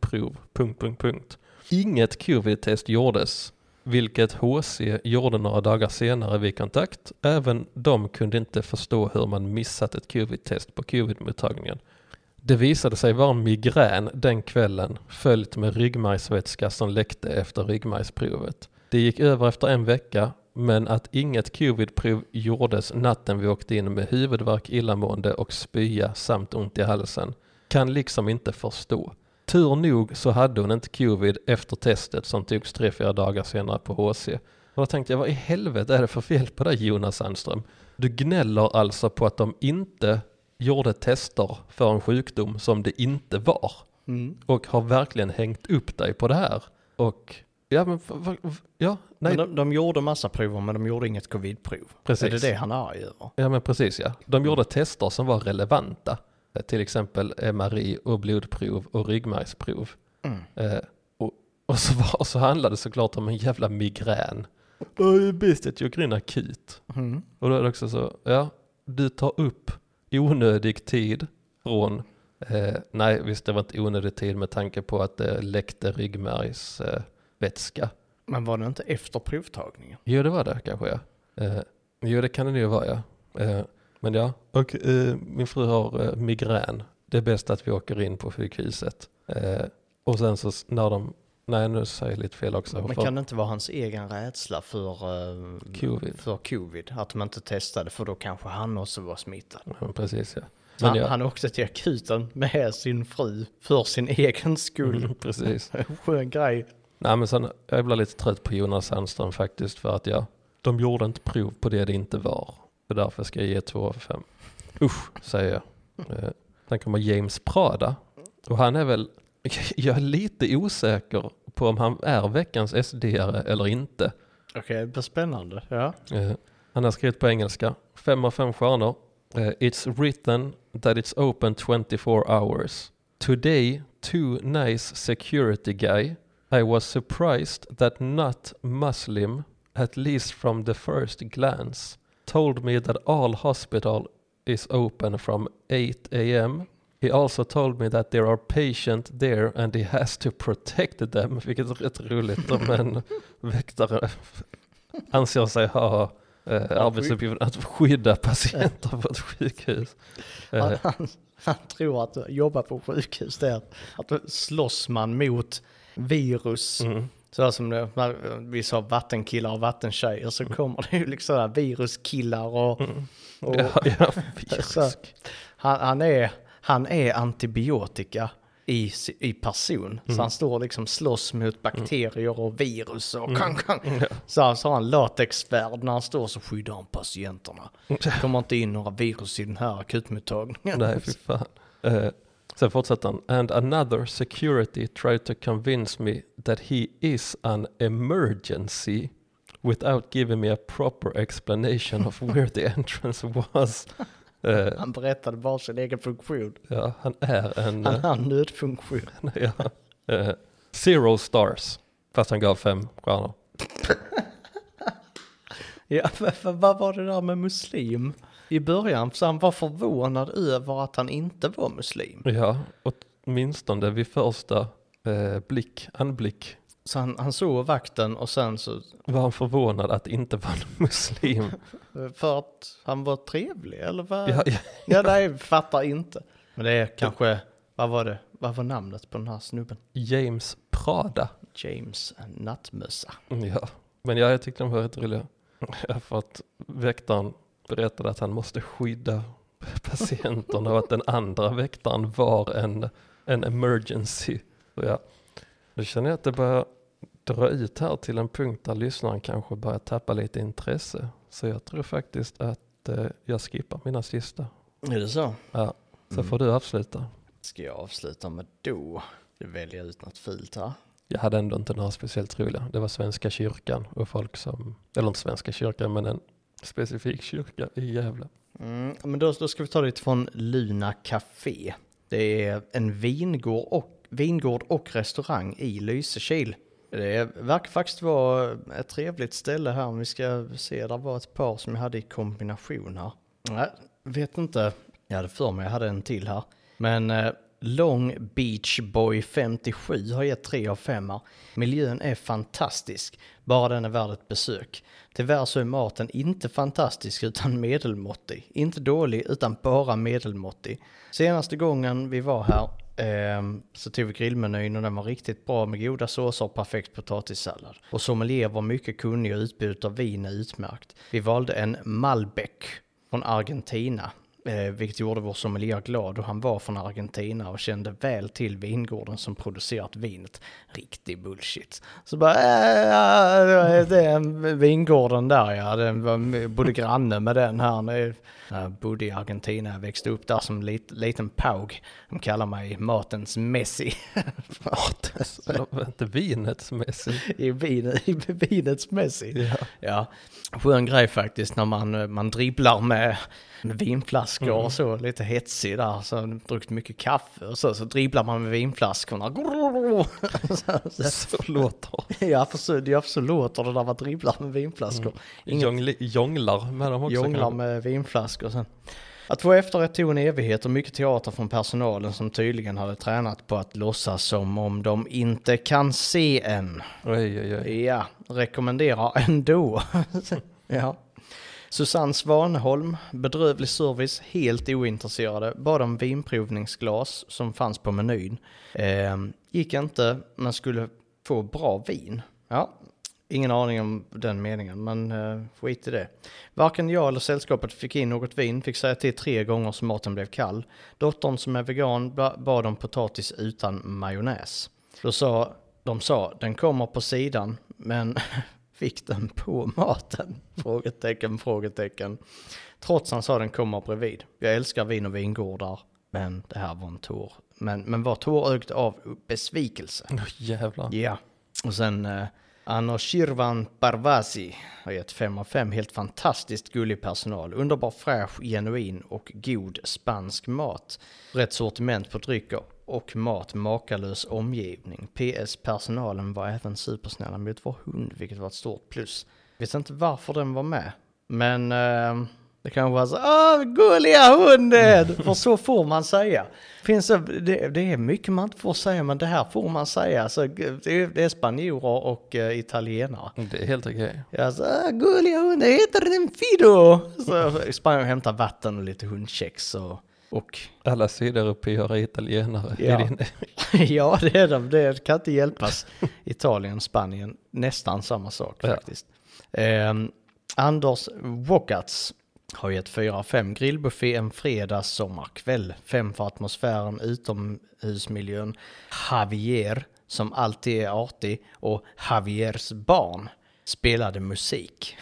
[SPEAKER 3] Inget covid-test gjordes, vilket HC gjorde några dagar senare vid kontakt. Även de kunde inte förstå hur man missat ett covid-test på covid-mottagningen. Det visade sig vara migrän den kvällen, följt med ryggmärgsvätska som läckte efter ryggmärgsprovet. Det gick över efter en vecka, men att inget covid-prov gjordes natten vi åkte in med huvudvärk, illamående och spya samt ont i halsen kan liksom inte förstå. Tur nog så hade hon inte covid efter testet som togs 3-4 dagar senare på HC. Och då tänkte jag, vad i helvete är det för fel på dig, Jonas Sandström? Du gnäller alltså på att de inte gjorde tester för en sjukdom som det inte var. Och har verkligen hängt upp dig på det här. Och Ja, men ja, nej.
[SPEAKER 2] Men de gjorde massa prover, men de gjorde inget covid-prov.
[SPEAKER 3] Precis.
[SPEAKER 2] Är det han är över?
[SPEAKER 3] Ja, men precis ja. De gjorde tester som var relevanta. Till exempel MRI och blodprov och ryggmärgsprov. Och så handlade det såklart om en jävla migrän. Det är bäst att jag går in akut. Och då är det också så, ja, du tar upp onödig tid från, nej visst det var inte onödig tid med tanke på att det läckte ryggmärgsvätska.
[SPEAKER 2] Men var det inte efter provtagningen?
[SPEAKER 3] Jo, det var det kanske, ja. Jo, det kan det ju vara, ja. Men ja, och min fru har migrän. Det är bäst att vi åker in på sjukhuset. Och sen så när de, nej nu säger jag lite fel också.
[SPEAKER 2] Men kan det inte vara hans egen rädsla för covid? Att de inte testade, för då kanske han också var smittad.
[SPEAKER 3] Ja, precis, ja.
[SPEAKER 2] Men han åkte till akuten med sin fru för sin egen skull.
[SPEAKER 3] Precis.
[SPEAKER 2] Skön grej.
[SPEAKER 3] Nej, men sen, jag blir lite trött på Jonas Sandström faktiskt, för att de gjorde inte prov på det inte var. Så därför ska jag ge 2 av 5. Usch, säger jag. Sen kommer James Prada. Och han är väl, jag är lite osäker på om han är veckans SD-are eller inte.
[SPEAKER 2] Okej, det blir spännande. Ja.
[SPEAKER 3] Han har skrivit på engelska. 5 av 5 stjärnor. It's written that it's open 24 hours. Today, too nice security guy. I was surprised that not Muslim, at least from the first glance, told me that all hospital is open from 8 a.m. He also told me that there are patients there and he has to protect them, vilket är rätt roligt om en väktare anser sig ha arbetsuppgiften att skydda patienter på ett sjukhus.
[SPEAKER 2] Han tror att jobba på sjukhus är att slåss man mot virus. Så som det, vi sa vattenkillar och vattentjejer, så kommer det ju liksom där viruskillar och
[SPEAKER 3] virus.
[SPEAKER 2] Så, han är antibiotika i person. Så han står liksom slåss mot bakterier och virus och så har han latexsvärd när han står, så skyddar han patienterna. Det kommer inte in några virus i den här akutmottagningen.
[SPEAKER 3] Nej, fy fan. Sen fortsätter han. And another security tried to convince me that he is an emergency without giving me a proper explanation of where the entrance was.
[SPEAKER 2] Han berättade bara sin egen funktion.
[SPEAKER 3] Ja, han är en...
[SPEAKER 2] Han har en nödfunktion.
[SPEAKER 3] Ja. 0 stars. Fast han gav 5 stjärnor.
[SPEAKER 2] Ja, vad var det där med muslim? I början, så han var förvånad över att han inte var muslim.
[SPEAKER 3] Ja, åtminstone vid första anblick.
[SPEAKER 2] Så han såg vakten och sen så...
[SPEAKER 3] Var han förvånad att det inte var en muslim?
[SPEAKER 2] För att han var trevlig, eller vad?
[SPEAKER 3] Ja.
[SPEAKER 2] Nej, fattar inte. Men det är kanske... Vad var det? Vad var namnet på den här snubben?
[SPEAKER 3] James Prada.
[SPEAKER 2] James Nattmössa.
[SPEAKER 3] Ja, men jag tyckte de var rätt roliga. För att väktaren berättade att han måste skydda patienterna och att den andra väktaren var en emergency. Så ja, då känner jag att det börjar dra ut här till en punkt där lyssnaren kanske börjar tappa lite intresse. Så jag tror faktiskt att jag skippar mina sista.
[SPEAKER 2] Är det så?
[SPEAKER 3] Ja, så får du avsluta.
[SPEAKER 2] Ska jag avsluta med då? Du väljer ut något fult här.
[SPEAKER 3] Jag hade ändå inte några speciellt roliga. Det var Svenska kyrkan och folk som, eller inte Svenska kyrkan men en specifik kyrka i Gävle.
[SPEAKER 2] Men då ska vi ta det från Luna Café. Det är en vingård och restaurang i Lysekil. Det verkar faktiskt vara ett trevligt ställe här. Om vi ska se, där var ett par som jag hade i kombination här. Jag vet inte, jag hade för mig, jag hade en till här. Men Long Beach Boy 57 har gett 3 av 5. Miljön är fantastisk, bara den är värd ett besök. Tyvärr så är maten inte fantastisk utan medelmåttig. Inte dålig utan bara medelmåttig. Senaste gången vi var här så tog vi grillmenyn och den var riktigt bra med goda såser och perfekt potatissallad. Och sommelier var mycket kunnig och utbudet av vin är utmärkt. Vi valde en Malbec från Argentina. Vilket gjorde vår sommelier glad, och han var från Argentina och kände väl till vingården som producerat vinet. Riktig bullshit. Så bara, det är vingården där, ja. Den var, bodde granne med den här. När jag bodde i Argentina, jag växte upp där som liten paug. De kallar mig matens Messi.
[SPEAKER 3] Inte vinets Messi.
[SPEAKER 2] I vinets Messi.
[SPEAKER 3] Ja.
[SPEAKER 2] Ja, skön grej faktiskt när man dribblar med vinflaskor och så, lite hetsig där, så druckit mycket kaffe och så dribblar man med vinflaskorna.
[SPEAKER 3] Så låter.
[SPEAKER 2] Ja, så låter det där man dribblar med vinflaskor.
[SPEAKER 3] Jonglar med dem också.
[SPEAKER 2] Jonglar med vinflaskor sen. Att få efterrätt tog en evighet och mycket teater från personalen som tydligen hade tränat på att låtsas som om de inte kan se en.
[SPEAKER 3] Oj.
[SPEAKER 2] Ja, rekommenderar ändå. Ja. Susanne Svanholm, bedrövlig service, helt ointresserade, bad om vinprovningsglas som fanns på menyn. Gick inte, men skulle få bra vin. Ja, ingen aning om den meningen, men skit i det. Varken jag eller sällskapet fick in något vin, fick säga till 3 gånger som maten blev kall. Dottern som är vegan bad om potatis utan majonnäs. De sa, den kommer på sidan, men fick den på maten? Frågetecken. Trots han sa den kommer bredvid. Jag älskar vin och vingårdar, men det här var en tår. Men var tårögd av besvikelse.
[SPEAKER 3] Jävlar.
[SPEAKER 2] Ja, och sen Anno Shirvan Parvasi har gett 5 av 5. Helt fantastiskt gullig personal. Underbar, fräsch, genuin och god spansk mat. Rätt sortiment på drycker och mat, makalös omgivning. PS, personalen var även supersnälla mot vår hund, vilket var ett stort plus. Jag vet inte varför den var med, men det kan vara så, gulliga hunden! För så får man säga. Det är mycket man inte får säga, men det här får man säga. Så det är spanjorer och italienare.
[SPEAKER 3] Det är helt okej.
[SPEAKER 2] Ja, så, gulliga hunden, heter den Fido? Så Spanien hämtar vatten och lite hundkex och
[SPEAKER 3] alla sydeuropeer är italienare.
[SPEAKER 2] Ja. Ja, det är de. Det kan inte hjälpas. Italien, Spanien, nästan samma sak faktiskt. Anders Wokats har gett 4 av 5. Grillbuffé en fredags sommarkväll. 5 för atmosfären, utomhusmiljön. Javier, som alltid är artig, och Javiers barn spelade musik.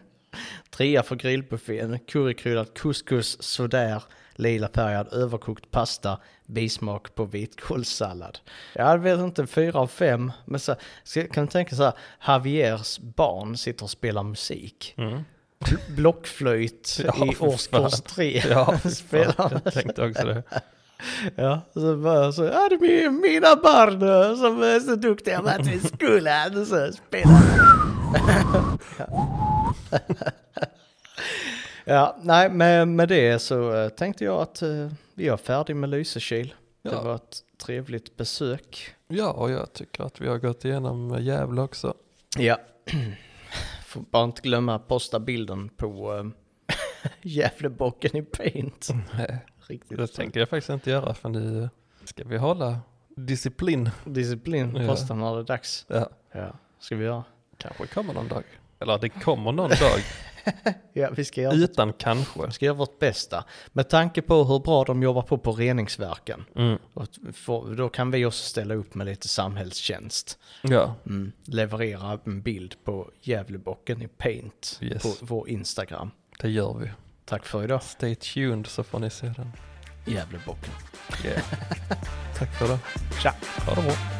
[SPEAKER 2] 3 för grillbuffén, currykryddad couscous, sådär, lila färgad, överkokt pasta, bismak på vitkålssallad. Jag vet inte, 4 av 5, men så kan du tänka så här, Javiers barn sitter och spelar musik. Blockflöjt i årskurs 3.
[SPEAKER 3] Ja, jag tänkte också det.
[SPEAKER 2] Ja, så det är mina barn som är så duktiga med att vi skolan så spelar. Ja, nej, med det så tänkte jag att vi är färdiga med Lysekil. Det var ett trevligt besök.
[SPEAKER 3] Ja, och jag tycker att vi har gått igenom Gävle också.
[SPEAKER 2] Ja, får bara inte glömma att posta bilden på Gävlebocken i Paint.
[SPEAKER 3] Nej,
[SPEAKER 2] riktigt.
[SPEAKER 3] Det tänker jag faktiskt inte göra, för nu ska vi hålla disciplin.
[SPEAKER 2] Posta när det är dags.
[SPEAKER 3] Ja.
[SPEAKER 2] Ska vi göra?
[SPEAKER 3] Kanske kommer någon dag. Eller det kommer någon dag.
[SPEAKER 2] Ja, vi ska göra
[SPEAKER 3] utan kanske.
[SPEAKER 2] Vi ska göra vårt bästa. Med tanke på hur bra de jobbar på reningsverken. Då kan vi också ställa upp med lite samhällstjänst.
[SPEAKER 3] Ja.
[SPEAKER 2] Leverera en bild på Gävlebocken i Paint på vår Instagram.
[SPEAKER 3] Det gör vi.
[SPEAKER 2] Tack för idag.
[SPEAKER 3] Stay tuned så får ni se den.
[SPEAKER 2] Gävlebocken.
[SPEAKER 3] Yeah. Tack för det.
[SPEAKER 2] Tja.
[SPEAKER 3] Ha det bra.